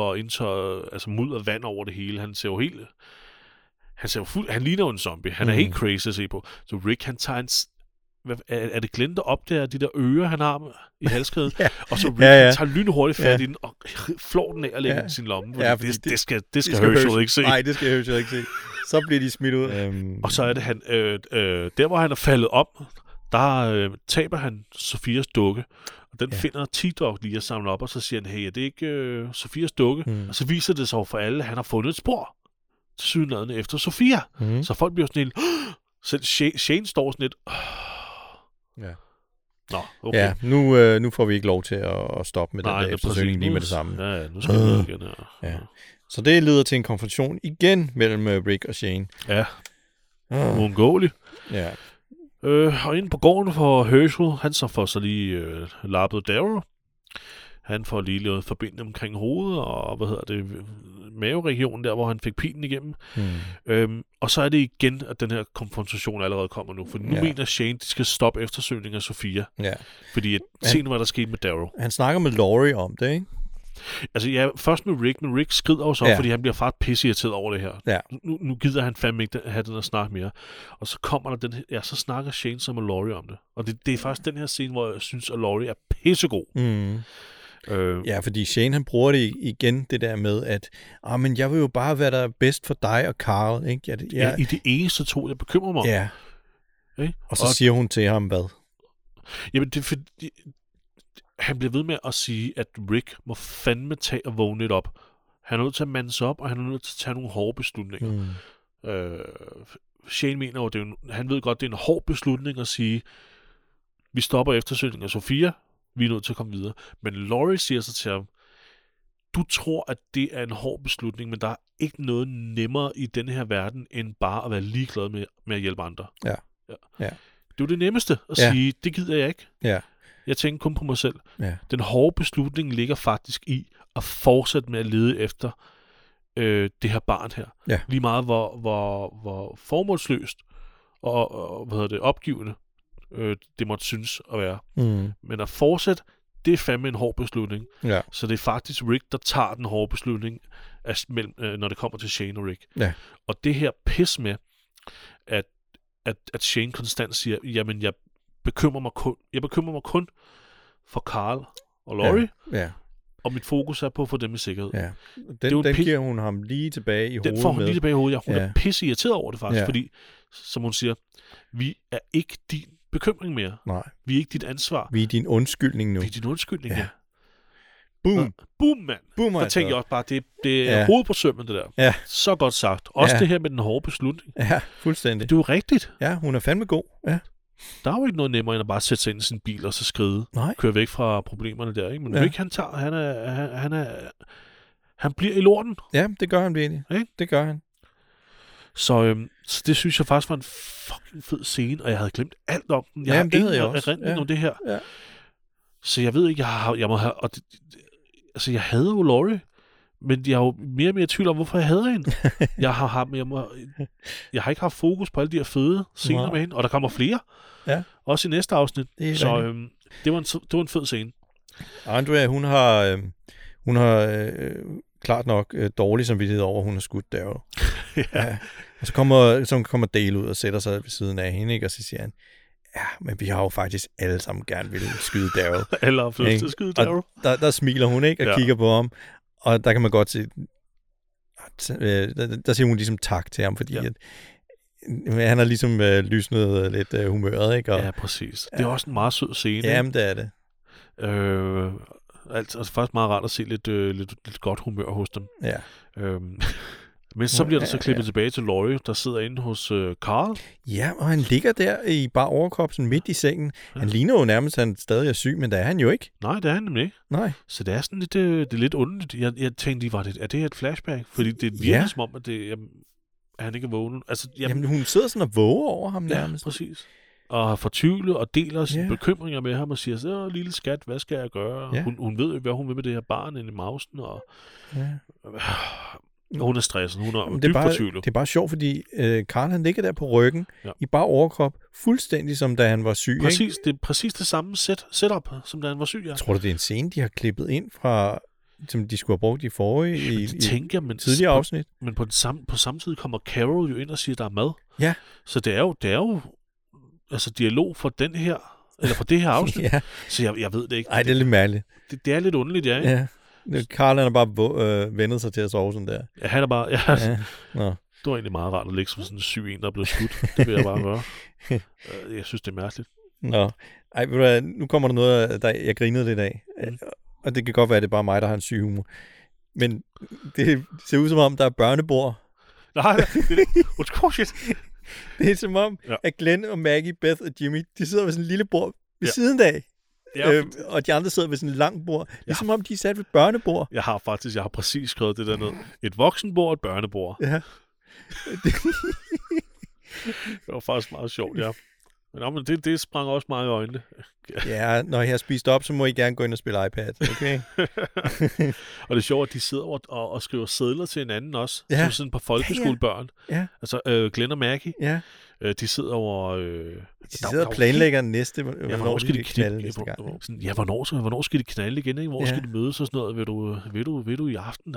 mudder vand over det hele. Han ser jo helt... Han ligner jo en zombie. Han er helt crazy at se på. Så Rick, han tager er det Glenn, der opdager de der ører, han har i halskæden? Og så Rick tager lynhurtigt fat i den, og flår den af og lægger i sin lomme. Det skal Herschel ikke se. Nej, det skal Herschel ikke se. Så bliver de smidt ud. Og så er det han... der, hvor han er faldet op, der taber han Sofias dukke. Og den finder T-Dog lige at samle op, og så siger han, hey, er det ikke Sofias dukke? Og så viser det sig for alle, at han har fundet et spor til sydenladende efter Sofia. Så folk bliver sådan helt... Selv Shane står sådan lidt... Ja. Nå, okay. Ja, nu får vi ikke lov til at stoppe med den der eftersøgning lige med det samme. Ja, nu skal vi ned igen her. Ja. Så det leder til en konfrontation igen mellem Rick og Shane. Ja. Uundgåelig. Ja. Og inde på gården for Herschel, han så får så lige lappet Daryl. Han får lige lavet forbindelse omkring hovedet og, maveregionen der, hvor han fik pilen igennem. Og så er det igen, at den her konfrontation allerede kommer nu. For nu mener Shane, de skal stoppe eftersøgningen af Sofia. Ja. Fordi se nu, hvad der skete med Daryl. Han snakker med Laurie om det, ikke? Altså ja, først med Rick, men Rick skrider jo så, fordi han bliver faktisk pisseirriteret over det her. Ja. Nu gider han fandme ikke have den at snakke mere. Og så kommer der den her, så snakker Shane så med Laurie om det. Og det er faktisk den her scene, hvor jeg synes, at Laurie er pissegod. Ja, fordi Shane han bruger det igen, det der med, at men jeg vil jo bare være der bedst for dig og Carl, ikke? Ja, i det eneste to, jeg bekymrer mig om. Ja. Og så siger hun til ham, hvad? Jamen, det er fordi... Han bliver ved med at sige, at Rick må fandme tage og vågne lidt op. Han er nødt til at mande sig op, og han er nødt til at tage nogle hårde beslutninger. Shane mener jo, han ved godt, det er en hård beslutning at sige, vi stopper eftersøgningen af Sofia, vi er nødt til at komme videre. Men Laurie siger så til ham, du tror, at det er en hård beslutning, men der er ikke noget nemmere i den her verden, end bare at være ligeglad med at hjælpe andre. Ja. Det er jo det nemmeste at sige, det gider jeg ikke. Ja. Jeg tænker kun på mig selv. Ja. Den hårde beslutning ligger faktisk i at fortsætte med at lede efter det her barn her. Ja. Lige meget hvor formålsløst og opgivende det måtte synes at være. Men at fortsætte, det er fandme en hård beslutning. Ja. Så det er faktisk Rick, der tager den hårde beslutning, når det kommer til Shane og Rick. Ja. Og det her pis med, at Shane konstant siger, jamen jeg bekymrer mig kun for Carl og Laurie, og mit fokus er på at få dem i sikkerhed. Ja. Den giver hun ham lige tilbage i hovedet. Den får hun lige tilbage i hovedet. Hun er pisse irriteret over det faktisk, fordi, som hun siger, vi er ikke din bekymring mere. Nej. Vi er ikke dit ansvar. Vi er din undskyldning nu. Vi er din undskyldning, ja. Boom. Boom, mand. Boom, der tænker jeg også bare, det er hovedet på sømmen, det der. Ja. Så godt sagt. Også det her med den hårde beslutning. Ja, fuldstændig. Det er jo rigtigt. Ja, hun er fandme god. Ja. Der er jo ikke noget nemmere, end at bare sætte sig ind i sin bil og så skride. Nej. Køre væk fra problemerne der, ikke? Men Rick, han bliver i lorten. Ja, det gør han virkelig. Ikke? Det gør han. Så det synes jeg faktisk var en fucking fed scene, og jeg havde glemt alt om den. Jeg har ingen erindring om det her. Ja. Så jeg ved ikke, jeg må have... Altså, jeg hader jo Laurie, men jeg er jo mere og mere i tvivl om, hvorfor jeg hader hende. Jeg har ikke haft fokus på alle de her fede scener med hende, og der kommer flere. Ja. Også i næste afsnit. Så det var en fed scene. Andrea, hun har klart nok dårlig samvittighed over, at hun har skudt Daryl. Ja. Og så kommer Dale ud og sætter sig ved siden af hende, ikke? Og så siger han, ja, men vi har jo faktisk alle sammen gerne ville skyde Daryl. Alle har lyst til at skyde Daryl. Der smiler hun, ikke? Og kigger på ham. Og der kan man godt se, der siger hun ligesom tak til ham, fordi at han har ligesom lysnet lidt humøret, ikke? Og, præcis. Det er også en meget sød scene. Jamen, det er det. Altså faktisk meget rart at se lidt godt humør hos dem. Ja. Men så bliver der så klippet tilbage til Laurie, der sidder inde hos Carl. Ja, og han ligger der i bare overkrop, sådan midt i sengen. Ja. Han ligner jo nærmest, at han stadig er syg, men det er han jo ikke. Nej, det er han nemlig ikke. Nej. Så det er sådan lidt, det er lidt underligt. Jeg tænkte lige, er det et flashback? Fordi det virker som om, at han ikke er vågen. Altså, jamen, hun sidder sådan og våger over ham nærmest. Ja, præcis. Og har fortvivlet og deler sine bekymringer med ham og siger, så lille skat, hvad skal jeg gøre? Ja. Hun ved jo, hvad hun vil med det her barn inde i mausen. Og hun er stresset, hun er dybt fortvivlet. Det er bare sjovt, fordi Carl han ligger der på ryggen i bare overkrop, fuldstændig som da han var syg. Præcis, ikke? Det er præcis det samme setup, som da han var syg. Ja. Tror du, det er en scene, de har klippet ind fra, som de skulle have brugt i forrige tidligere afsnit? Men på samme tid kommer Carol jo ind og siger, der er mad. Ja. Så det er jo altså dialog for den her, eller for det her afsnit. Så jeg ved det ikke. Nej, det er lidt mærkeligt. Det er lidt underligt, ja. Ikke? Ja. Carl han har bare vendet sig til at sove sådan der. Ja, han er bare... Ja. Nå. Det var egentlig meget rart at ligge som sådan en syg en, der er blevet skudt. Det vil jeg bare gøre. Jeg synes, det er mærkeligt. Nå. Ej, ved du hvad, nu kommer der noget, der jeg grinede lidt af. Og det kan godt være, at det er bare mig, der har en syg humor. Men det ser ud som om, der er børnebord. Nej, det er det er som om, at Glenn og Maggie, Beth og Jimmy, de sidder ved sådan en lille bord ved siden af. Og de andre sidder ved sådan en lang bord. Ligesom om de er sat ved børnebord. Jeg har præcis skrevet det der ned. Et voksenbord og et børnebord. Ja. Det var faktisk meget sjovt, ja. Men det sprang også meget i øjnene. Ja, når jeg har spist op, så må I gerne gå ind og spille iPad, okay? Og det er sjovt, at de sidder og skriver sedler til hinanden også, som sådan på folkeskolebørn. Ja. Altså Glenn og Maggie. Ja. De sidder over... de sidder og planlægger næste, hvornår skal de knalde næste gang. Hvornår skal de knalde igen? Ikke? Hvor skal de mødes og sådan noget? Vil du i aften?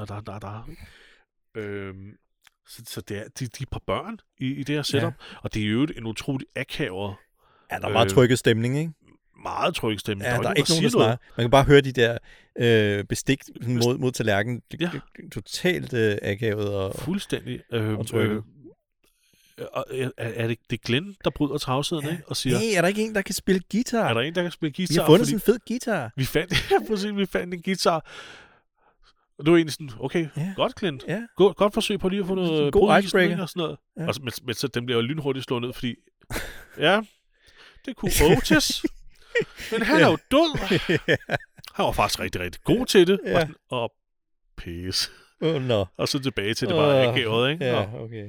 Så det er de par børn i det her setup, og det er jo en utrolig akavet... Ja, der er meget trykket stemning, ikke? Meget trykket stemning. Ja, der er ikke nogen, der snakker. Man kan bare høre de der bestik mod tallerkenen. Totalt akavet og... Fuldstændig. Og trykket. Er det Glenn, der bryder tavsheden, ikke? Og siger... Hey, er der ikke en, der kan spille guitar? Er der en, der kan spille guitar? Vi har fundet sådan en fed guitar. Vi fandt en guitar. Og det var egentlig sådan, okay, godt, Clint. Ja. Godt forsøg på lige at få noget god icebreaker og sådan noget. Ja. Og men så den bliver jo lynhurtigt slået ned, fordi ja, det kunne Otis. Men han er jo død. Han var faktisk rigtig, rigtig god til det. Ja. Og pisse. No. Og så tilbage til det bare akavet, ikke? Ja, okay.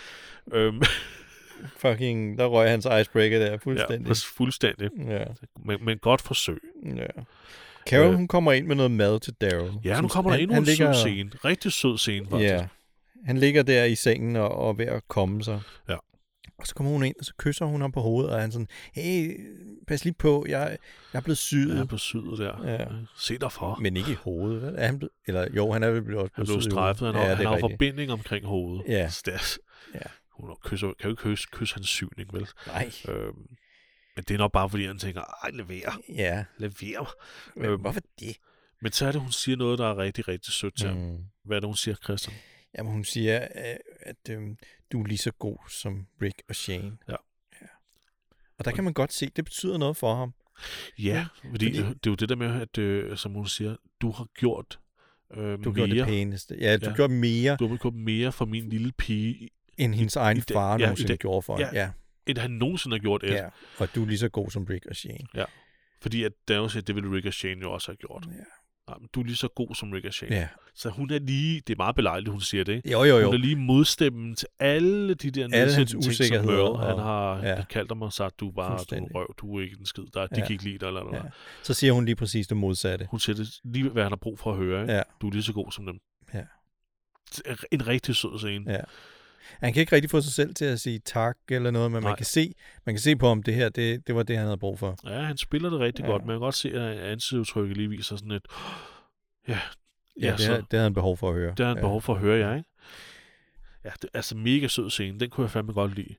Fucking, der røg hans icebreaker der, fuldstændig. Ja, fuldstændig. Ja. Men godt forsøg. Ja. Carol, hun kommer ind med noget mad til Daryl. Ja, nu kommer der endnu en sød scene. Rigtig sød scene, faktisk. Ja. Han ligger der i sengen og er ved at komme sig. Ja. Og så kommer hun ind, og så kysser hun ham på hovedet, og han sådan, hey, pas lige på, jeg er blevet syet. Jeg er blevet syet der. Ja. Se dig for. Men ikke i hovedet, vel? Er han blevet, eller jo, han er vel også blevet syet. Han blev strejfet, han har forbinding omkring hovedet. Ja. Ja. Hun kan jo ikke kysse hans syning, vel? Nej. Men det er nok bare, fordi han tænker, ej, lever. Ja. Lever. Men hvorfor det? Men så er det, hun siger noget, der er rigtig, rigtig sødt til ham. Hvad er det, hun siger, Christian? Jamen, hun siger, at du er lige så god som Rick og Shane. Ja. Og der kan man godt se, det betyder noget for ham. Ja, fordi det er jo det der med, at, som hun siger, du har gjort du gjorde det pæneste. Ja, du gjorde mere. Du har gjort mere for min lille pige. End hendes egen far nogensinde gjorde for hende. Ja. End han nogensinde har gjort. Ja, og du er lige så god som Rick og Shane. Ja, fordi at Daryl siger, det ville Rick og Shane jo også have gjort. Ja. Nej, men du er lige så god som Rick og Shane. Ja. Så hun er lige, det er meget belejligt, hun siger det, ikke? Jo. Hun er lige modstemmen til alle de der nedsættende ting, som Mørred. Han har kaldt ham og sagt, du er bare du røv, du er ikke en skid. De kan ikke lide dig, eller noget. Så siger hun lige præcis det modsatte. Hun siger det lige, hvad han har brug for at høre, ikke? Ja. Du er lige så god som dem. Ja. En rigtig sød scene. Ja. Han kan ikke rigtig få sig selv til at sige tak eller noget, men man kan se på ham, det her, det var det, han havde brug for. Ja, han spiller det rigtig godt, men man kan godt se, at ansigtsudtrykket lige viser sådan et, det havde han behov for at høre. Det havde han behov for at høre, ja, ikke? Ja, det er altså mega sød scene, den kunne jeg fandme godt lide.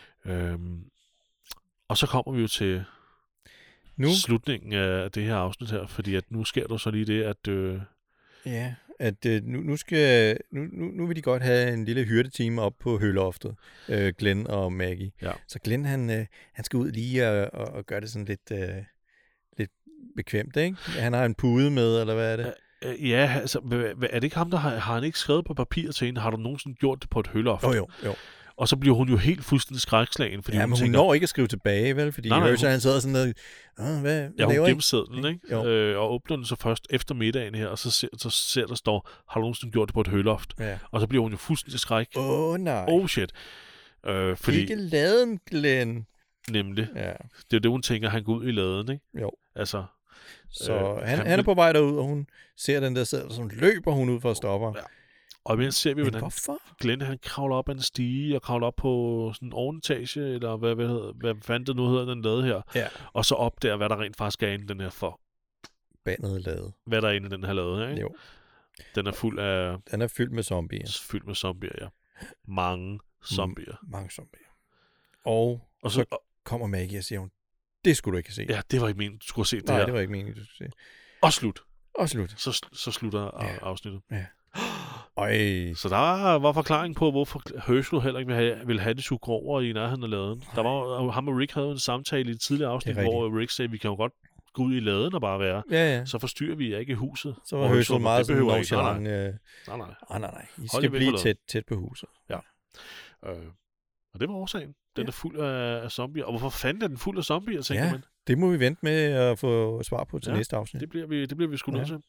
Og så kommer vi jo til slutningen af det her afsnit her, fordi at nu sker der så lige det, at nu vil de godt have en lille hyrdetime op på høloftet, Glenn og Maggie. Ja. Så Glenn, han skal ud lige og gøre det sådan lidt bekvemt, ikke? Han har en pude med, eller hvad er det? Ja, altså, er det ikke ham, der har han ikke skrevet på papir til hende, har du nogensinde gjort det på et høloft? Jo. Og så bliver hun jo helt fuldstændig skrækslagen, fordi hun tænker, når ikke at skrive tilbage, vel? Fordi han sidder sådan noget, hvad hun laver gemmer sedlen, ikke? Og åbner den så først efter middagen her, og så ser der står, har du nogensinde gjort det på et høloft? Ja. Og så bliver hun jo fuldstændig skræk. Nej. Oh shit. Fordi, ikke laden, Glenn. Nemlig. Ja. Det er det, hun tænker, han går ud i laden, ikke? Jo. Altså... Så han er på vej derud, og hun ser den der seddel, så løber hun ud for at stoppe. Ja. Og imens ser vi, hvordan hvorfor? Glenn, han kravler op ad en stige, og kravler op på sådan en ovnetage, eller hvad fanden det nu hedder, den lade her. Ja. Og så opdager, hvad der rent faktisk er inde i den her bandet lade. Hvad der er inde i den her lade, ikke? Jo. Den er fuld af... Den er fyldt med zombier. Fyldt med zombier, ja. Mange zombier. Mange zombier. Og så kommer Maggie og siger hun, det skulle du ikke se. Ja, det var ikke meningen, du skulle se det her. Nej, det var ikke meningen, du skulle se. Og slut. Så slutter afsnittet. Ja. Så der var forklaring på, hvorfor Herschel heller ikke ville have de skulle gå over i nærheden af laden. Der var, ham og Rick havde en samtale i et tidligere afsnit, hvor Rick sagde, vi kan jo godt gå ud i laden og bare være. Ja. Så forstyrrer vi ikke i huset. Så var Herschel meget sådan nonchalant. Nej. I skal blive tæt på huset. Ja. Og det var årsagen. Den er fuld af zombier. Og hvorfor fanden er den fuld af zombier, tænker man? Det må vi vente med at få svar på til næste afsnit. Det bliver vi sgu nødt til.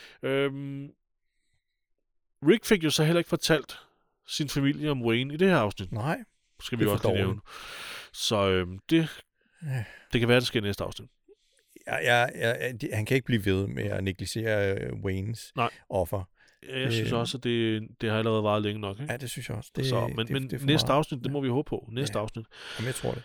Rick fik jo så heller ikke fortalt sin familie om Wayne i det her afsnit. Nej. Skal vi også lige nævne. Så det kan være, det sker næste afsnit. Han kan ikke blive ved med at negligere Waynes offer. Jeg synes også, at det har allerede varet længe nok. Ikke? Ja, det synes jeg også. Men næste afsnit, det må vi håbe på. Næste afsnit. Jamen, jeg tror det.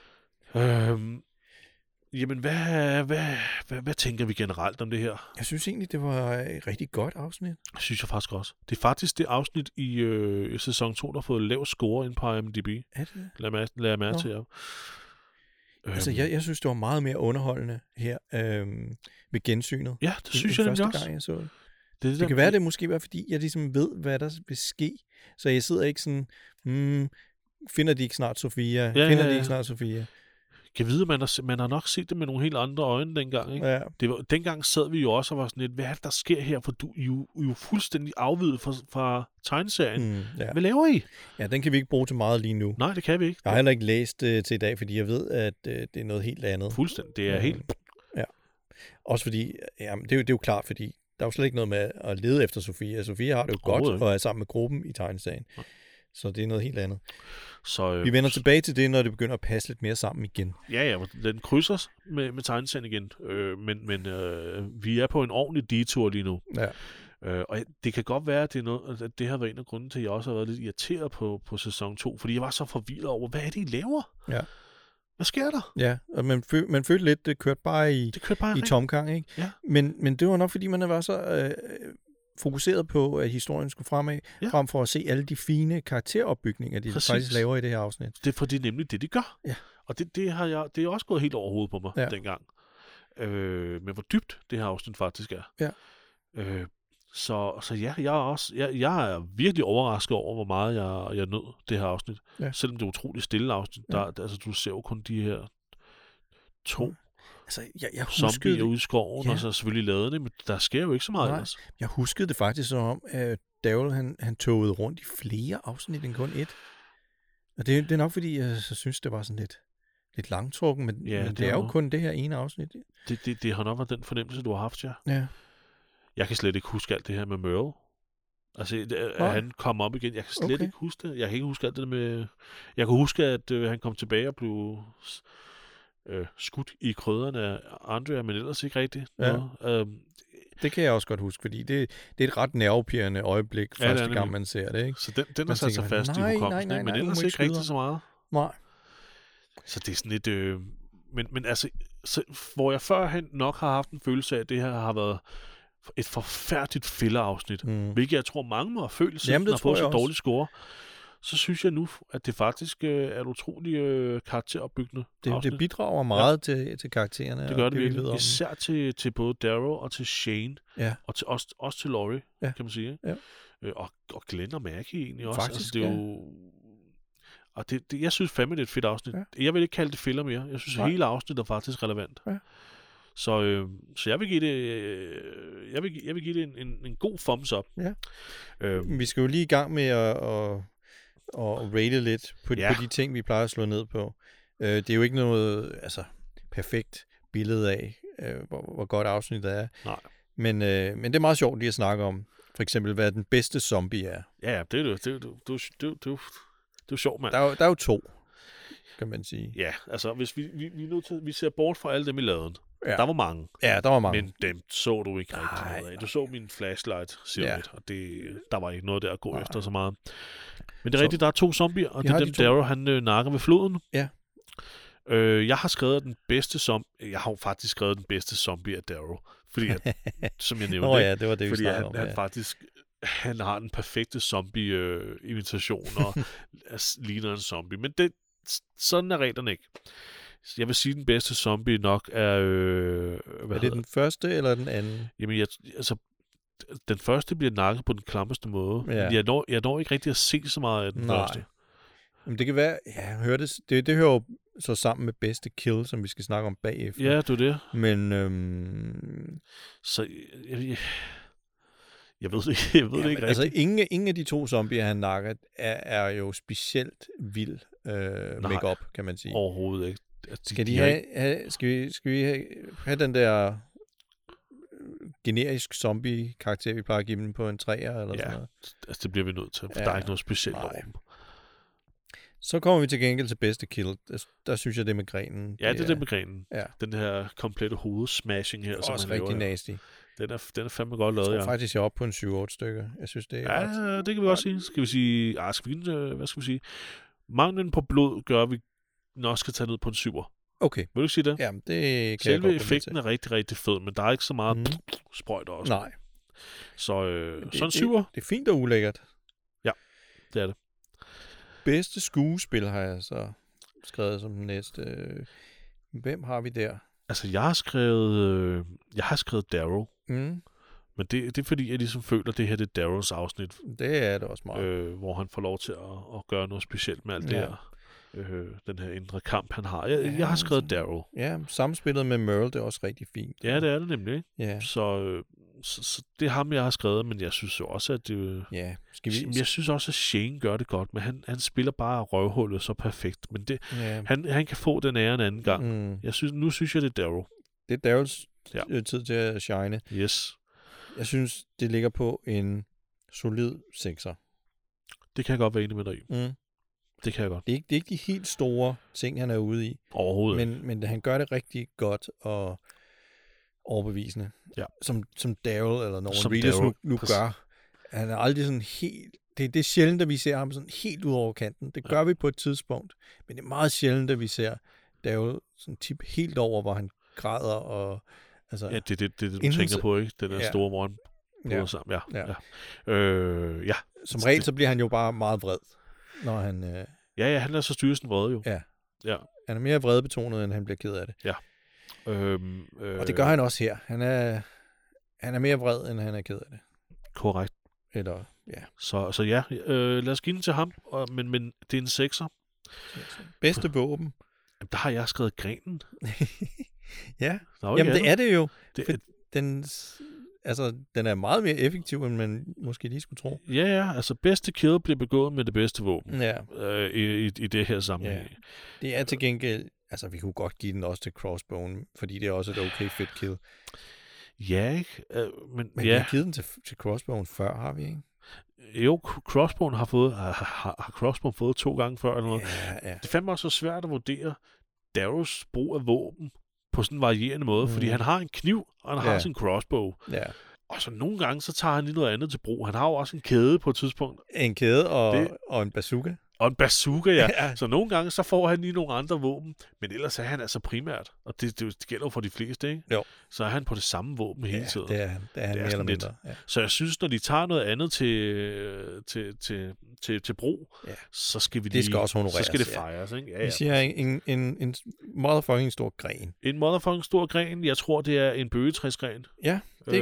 Jamen, hvad tænker vi generelt om det her? Jeg synes egentlig, det var et rigtig godt afsnit. Det synes jeg faktisk også. Det er faktisk det afsnit i sæson 2, der har fået lav score ind på IMDb. Er det? Lad jeg mærke til jer. Altså, jeg synes, det var meget mere underholdende her ved gensynet. Ja, det synes jeg nemlig også. Gang, jeg så det. Det kan være, det måske være, fordi jeg ligesom ved, hvad der vil ske. Så jeg sidder ikke sådan, finder de ikke snart Sofia? kan vide, at man har nok set det med nogle helt andre øjne dengang, ikke? Ja. Dengang sad vi jo også og var sådan lidt, hvad er det, der sker her? For I er jo fuldstændig afvidet fra tegneserien. Ja. Hvad laver I? Ja, den kan vi ikke bruge til meget lige nu. Nej, det kan vi ikke. Jeg har heller ikke læst til i dag, fordi jeg ved, at det er noget helt andet. Fuldstændig. Det er helt... Ja. Også fordi, det er jo klart, fordi der er jo slet ikke noget med at lede efter Sofia. Sofia har det jo godt og er sammen med gruppen i tegneserien. Ja. Så det er noget helt andet. Så, vi vender tilbage til det, når det begynder at passe lidt mere sammen igen. Ja, den krydser med tegneserien igen. Men vi er på en ordentlig detour lige nu. Ja. Og det kan godt være, at det har været en af grunden til, at jeg også har været lidt irriteret på sæson 2, fordi jeg var så forvirret over, hvad er det, I laver? Ja. Hvad sker der? Ja, og man følte lidt, det kørte bare i tomgang, ikke? Ja. Men det var nok, fordi man var så fokuseret på, at historien skulle fremad, frem for at se alle de fine karakteropbygninger, de faktisk laver i det her afsnit. Det er fordi nemlig det, de gør. Ja. Og det er også gået helt over hovedet på mig dengang. Men hvor dybt det her afsnit faktisk er. Ja. Så ja, jeg er virkelig overrasket over, hvor meget jeg nød det her afsnit. Ja. Selvom det er utroligt stille afsnit. Ja. Altså, du ser jo kun de her 2 altså, jeg zombier ude i skoven, og så selvfølgelig lavet det, men der sker jo ikke så meget ellers. Jeg huskede det faktisk som om, at Daryl han togede rundt i flere afsnit end kun 1. Og det er nok, fordi jeg synes, det var sådan lidt langtrukken, men det er jo kun det her ene afsnit. Det har nok været den fornemmelse, du har haft, ja. Jeg kan slet ikke huske alt det her med Merle. Altså, at han kom op igen. Jeg kan slet ikke huske det. Jeg kan ikke huske alt det med... Jeg kan huske, at han kom tilbage og blev skudt i krydderne af Andrea, men ellers ikke rigtigt noget. Det kan jeg også godt huske, fordi det er et ret nervepirrende øjeblik, første gang man ser det, ikke? Så den er sat sig fast i hukommelsen, men ellers ikke rigtig så meget. Nej. Så det er sådan lidt... Men altså, hvor jeg førhen nok har haft en følelse af, at det her har været et forfærdeligt filler-afsnit, hvilket jeg tror mange må have følt, siden har fået så dårlig score, så synes jeg nu, at det faktisk er et utroligt karakteropbyggende afsnit. Det bidrager meget til karaktererne. Det gør det virkelig. Især til både Daryl og til Shane, og til også til Laurie, kan man sige. Ja. Og Glenn og Maggie egentlig også. Faktisk, altså, det er jo... Og jeg synes fandme, det er et fedt afsnit. Ja. Jeg vil ikke kalde det filler mere. Jeg synes, hele afsnittet er faktisk relevant. Ja. Så jeg vil give det en god thumbs up. Ja. Vi skal jo lige i gang med at rate lidt på de ting, vi plejer at slå ned på. Det er jo ikke noget perfekt billede af, hvor godt afsnittet er. Nej. Men det er meget sjovt lige at snakke om, for eksempel, hvad den bedste zombie er. Ja, det er jo sjovt, mand. Der er jo 2, kan man sige. Ja, altså hvis vi ser bort fra alle dem i laden. Ja. Der var mange. Ja, der var mange. Men dem så du ikke rigtig noget af. Du så min flashlight, og der var ikke noget der at gå efter så meget. Men det er rigtigt, der er 2 zombier, og det er dem, Daryl, han nakker ved floden. Ja. Jeg har skrevet den bedste zombie. Jeg har jo faktisk skrevet den bedste zombie af Daryl. Fordi, som jeg nævnte, det var det, fordi han faktisk... Han har den perfekte zombie-imitation og ligner en zombie. Men sådan er reglerne ikke. Jeg vil sige, at den bedste zombie nok er... er det den første eller den anden? Jamen, den første bliver nakket på den klammeste måde. Ja. Jeg når ikke rigtig at se så meget af den første. Jamen, det kan være... Ja, det hører jo så sammen med bedste kill, som vi skal snakke om bagefter. Ja, det er det. Men... Så... Jeg ved det ikke rigtigt. Altså, ingen af de 2 zombier, han nakker, er jo specielt vild make-up, kan man sige. Overhovedet ikke. Skal vi have den der generisk zombie-karakter, vi plejer at give dem på en 3'er eller sådan noget? Altså det bliver vi nødt til, for der er ikke noget specielt over dem. Så kommer vi til gengæld til bedste kill. Der synes jeg, det med grenen. Ja, det er det med grenen. Ja. Den her komplette hovedsmashing her, som han laver. Også rigtig nasty. Den er fandme godt lavet, jeg tror faktisk, jeg er oppe på en 7-8 stykker. Jeg synes, det er det kan vi godt sige. Skal vi sige... hvad skal vi sige? Manglen på blod gør, at vi nok skal tage ned på en 7'er. Okay. Vil du ikke sige det? Jamen, det kan selve jeg godt effekten er rigtig, rigtig fed, men der er ikke så meget sprøjt også. Nej. Så sådan en 7'er. Det er fint og ulækkert. Ja, det er det. Bedste skuespil har jeg så skrevet som den næste. Hvem har vi der? Altså, jeg har skrevet Daryl. Men det er fordi, jeg ligesom føler, at det her det er Daryls afsnit. Det er det også meget. Hvor han får lov til at gøre noget specielt med alt det her. den her indre kamp, han har. Jeg har skrevet Daryl. Ja, samspillet med Merle, det er også rigtig fint. Ja, det er det nemlig, ikke? Ja. Så det er ham, jeg har skrevet, men jeg synes jo også, at det... Ja, jeg synes også, at Shane gør det godt, men han spiller bare røvhullet så perfekt. Men det, han kan få den ære en anden gang. Nu synes jeg, det er Daryl. Det er Daryls tid til at shine. Yes. Jeg synes, det ligger på en solid 6'er. Det kan jeg godt være enig med dig i. Det kan jeg godt. Det er ikke de helt store ting, han er ude i. Overhovedet. Men han gør det rigtig godt og overbevisende. Ja. Som Daryl eller Norman Reedus nu gør. Han er aldrig sådan helt... Det er sjældent, at vi ser ham sådan helt ud over kanten. Det gør vi på et tidspunkt. Men det er meget sjældent, at vi ser Daryl sådan tip helt over, hvor han græder og... Altså, ja, det er det, du tænker på, ikke? Den der store morgen. Sammen. Ja. Som regel, så bliver han jo bare meget vred, når han... Ja, han er så styrelsen vred jo. Ja. Han er mere vredbetonet, end han bliver ked af det. Ja. Og det gør han også her. Han er mere vred, end han er ked af det. Korrekt. Eller, ja. Så ja, lad os give den til ham, men det er en 6'er. Bedste våben. Der har jeg skrevet grenen. Ja, jamen det er det jo. Den er meget mere effektiv, end man måske lige skulle tro. Ja, altså bedste kill bliver begået med det bedste våben. Ja. I det her sammenhæng. Ja. Det er til gengæld, altså vi kunne godt give den også til crossbowen, fordi det er også et okay fedt kill. Ja, ikke? Men vi har givet den til crossbowen før, har vi ikke? Jo, crossbowen har crossbowen fået 2 gange før eller noget. Ja. Det fandt mig også så svært at vurdere Daryls brug af våben på sådan en varierende måde, fordi han har en kniv, og han har sin crossbow. Ja. Og så nogle gange, så tager han lige noget andet til brug. Han har jo også en kæde på et tidspunkt. En kæde og en bazooka. Og en bazooka, ja. Så nogle gange, så får han lige nogle andre våben, men ellers er han altså primært, og det gælder jo for de fleste, ikke? Jo. Så er han på det samme våben hele tiden. Det er han mere eller mindre. Ja. Så jeg synes, når de tager noget andet til brug, så skal vi lige... Det skal også honoreres. Så skal det fejres, ikke? Ja, vi siger en motherfucking stor gren. En motherfucking stor gren. Jeg tror, det er en bøgetræsgren. Ja,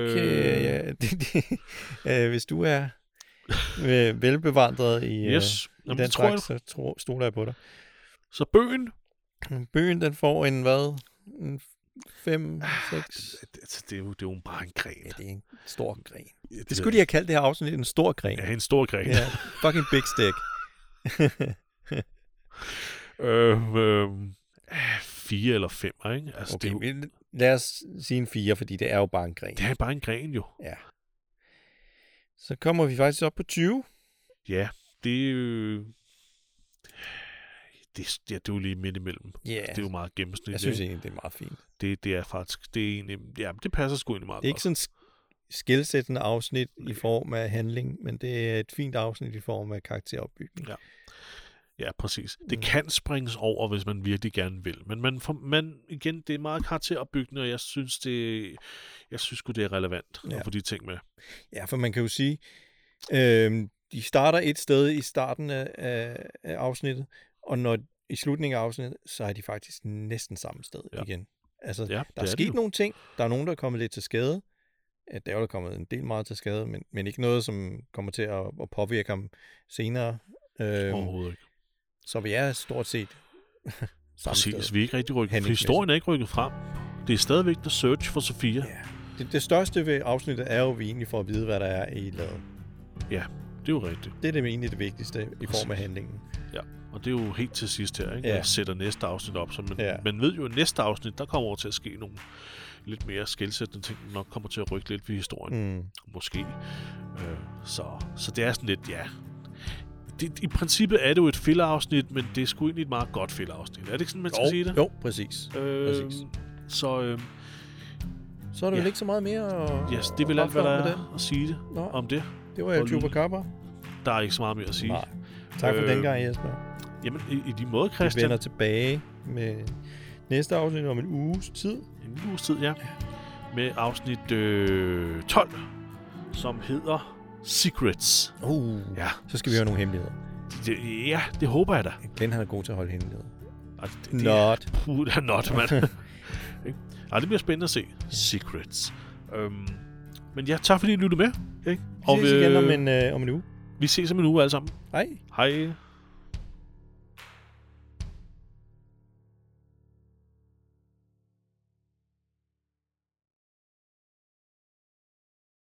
hvis du er velbevandret i den slags, så stoler jeg på dig. Så bøgen? Bøgen, den får en hvad? En 5, 6? Det er jo bare en gren. Ja, det er en stor gren. Det skulle de have kaldt det her afsnit en stor gren. Ja, en stor gren. Ja, fucking big stick. 4 eller 5, ikke? Altså, okay, det er jo... lad os sige en 4, fordi det er jo bare en gren. Det er bare en gren, jo. Ja. Så kommer vi faktisk op på 20. Ja, det er jo... Det er jo lige midt imellem. Yeah. Det er jo meget gennemsnitligt. Jeg synes egentlig, det er meget fint. Det er faktisk... Det er egentlig... Ja, det passer sgu egentlig meget godt. Det er ikke sådan skelsættende afsnit i form af handling, men det er et fint afsnit i form af karakteropbygning. Ja, præcis. Det kan springes over, hvis man virkelig gerne vil. Men man igen, det er meget karakteropbyggende, og jeg synes det er relevant at få de ting med. Ja, for man kan jo sige, de starter et sted i starten af afsnittet, og i slutningen af afsnittet, så er de faktisk næsten samme sted igen. Altså, der er sket nogle ting. Der er nogen, der er kommet lidt til skade. Der er jo kommet en del meget til skade, men ikke noget, som kommer til at påvirke ham senere. Overhovedet ikke. Så vi er stort set præcis, vi er ikke rigtig rykket. Historien er ikke rykket frem. Det er stadigvæk The Search for Sophia. Ja. Det største ved afsnittet er jo, vi egentlig får at vide, hvad der er i ladet. Ja, det er jo rigtigt. Det er det egentlig det vigtigste i form af handlingen. Ja, og det er jo helt til sidst her, ikke? Jeg sætter næste afsnit op. Man ved jo, at næste afsnit, der kommer over til at ske nogle lidt mere skelsættende ting, nok kommer til at rykke lidt ved historien. Måske. Så det er sådan lidt, i princippet er det jo et filler-afsnit, men det er sgu egentlig et meget godt filler-afsnit. Er det ikke sådan, man skal sige det? Jo, præcis. Så er der vel ikke så meget mere at det er vel alt, hvad der er at sige det om det. Det var jo Chupacabra. Der er ikke så meget mere at sige. Nej. Tak for den gang, Jesper. Jamen, i de måde, Christian. Vi vender tilbage med næste afsnit om en uges tid. En uges tid, ja. Med afsnit 12, som hedder Secrets. Ja. Så skal vi høre nogle hemmeligheder. Det håber jeg da. Glenn, han er god til at holde hemmeligheder. Not, mand. Det bliver spændende at se. Secrets. Men ja, tak fordi I lyttede med. Ikke? Vi ses igen om en uge. Vi ses om en uge alle sammen. Hej. Hej.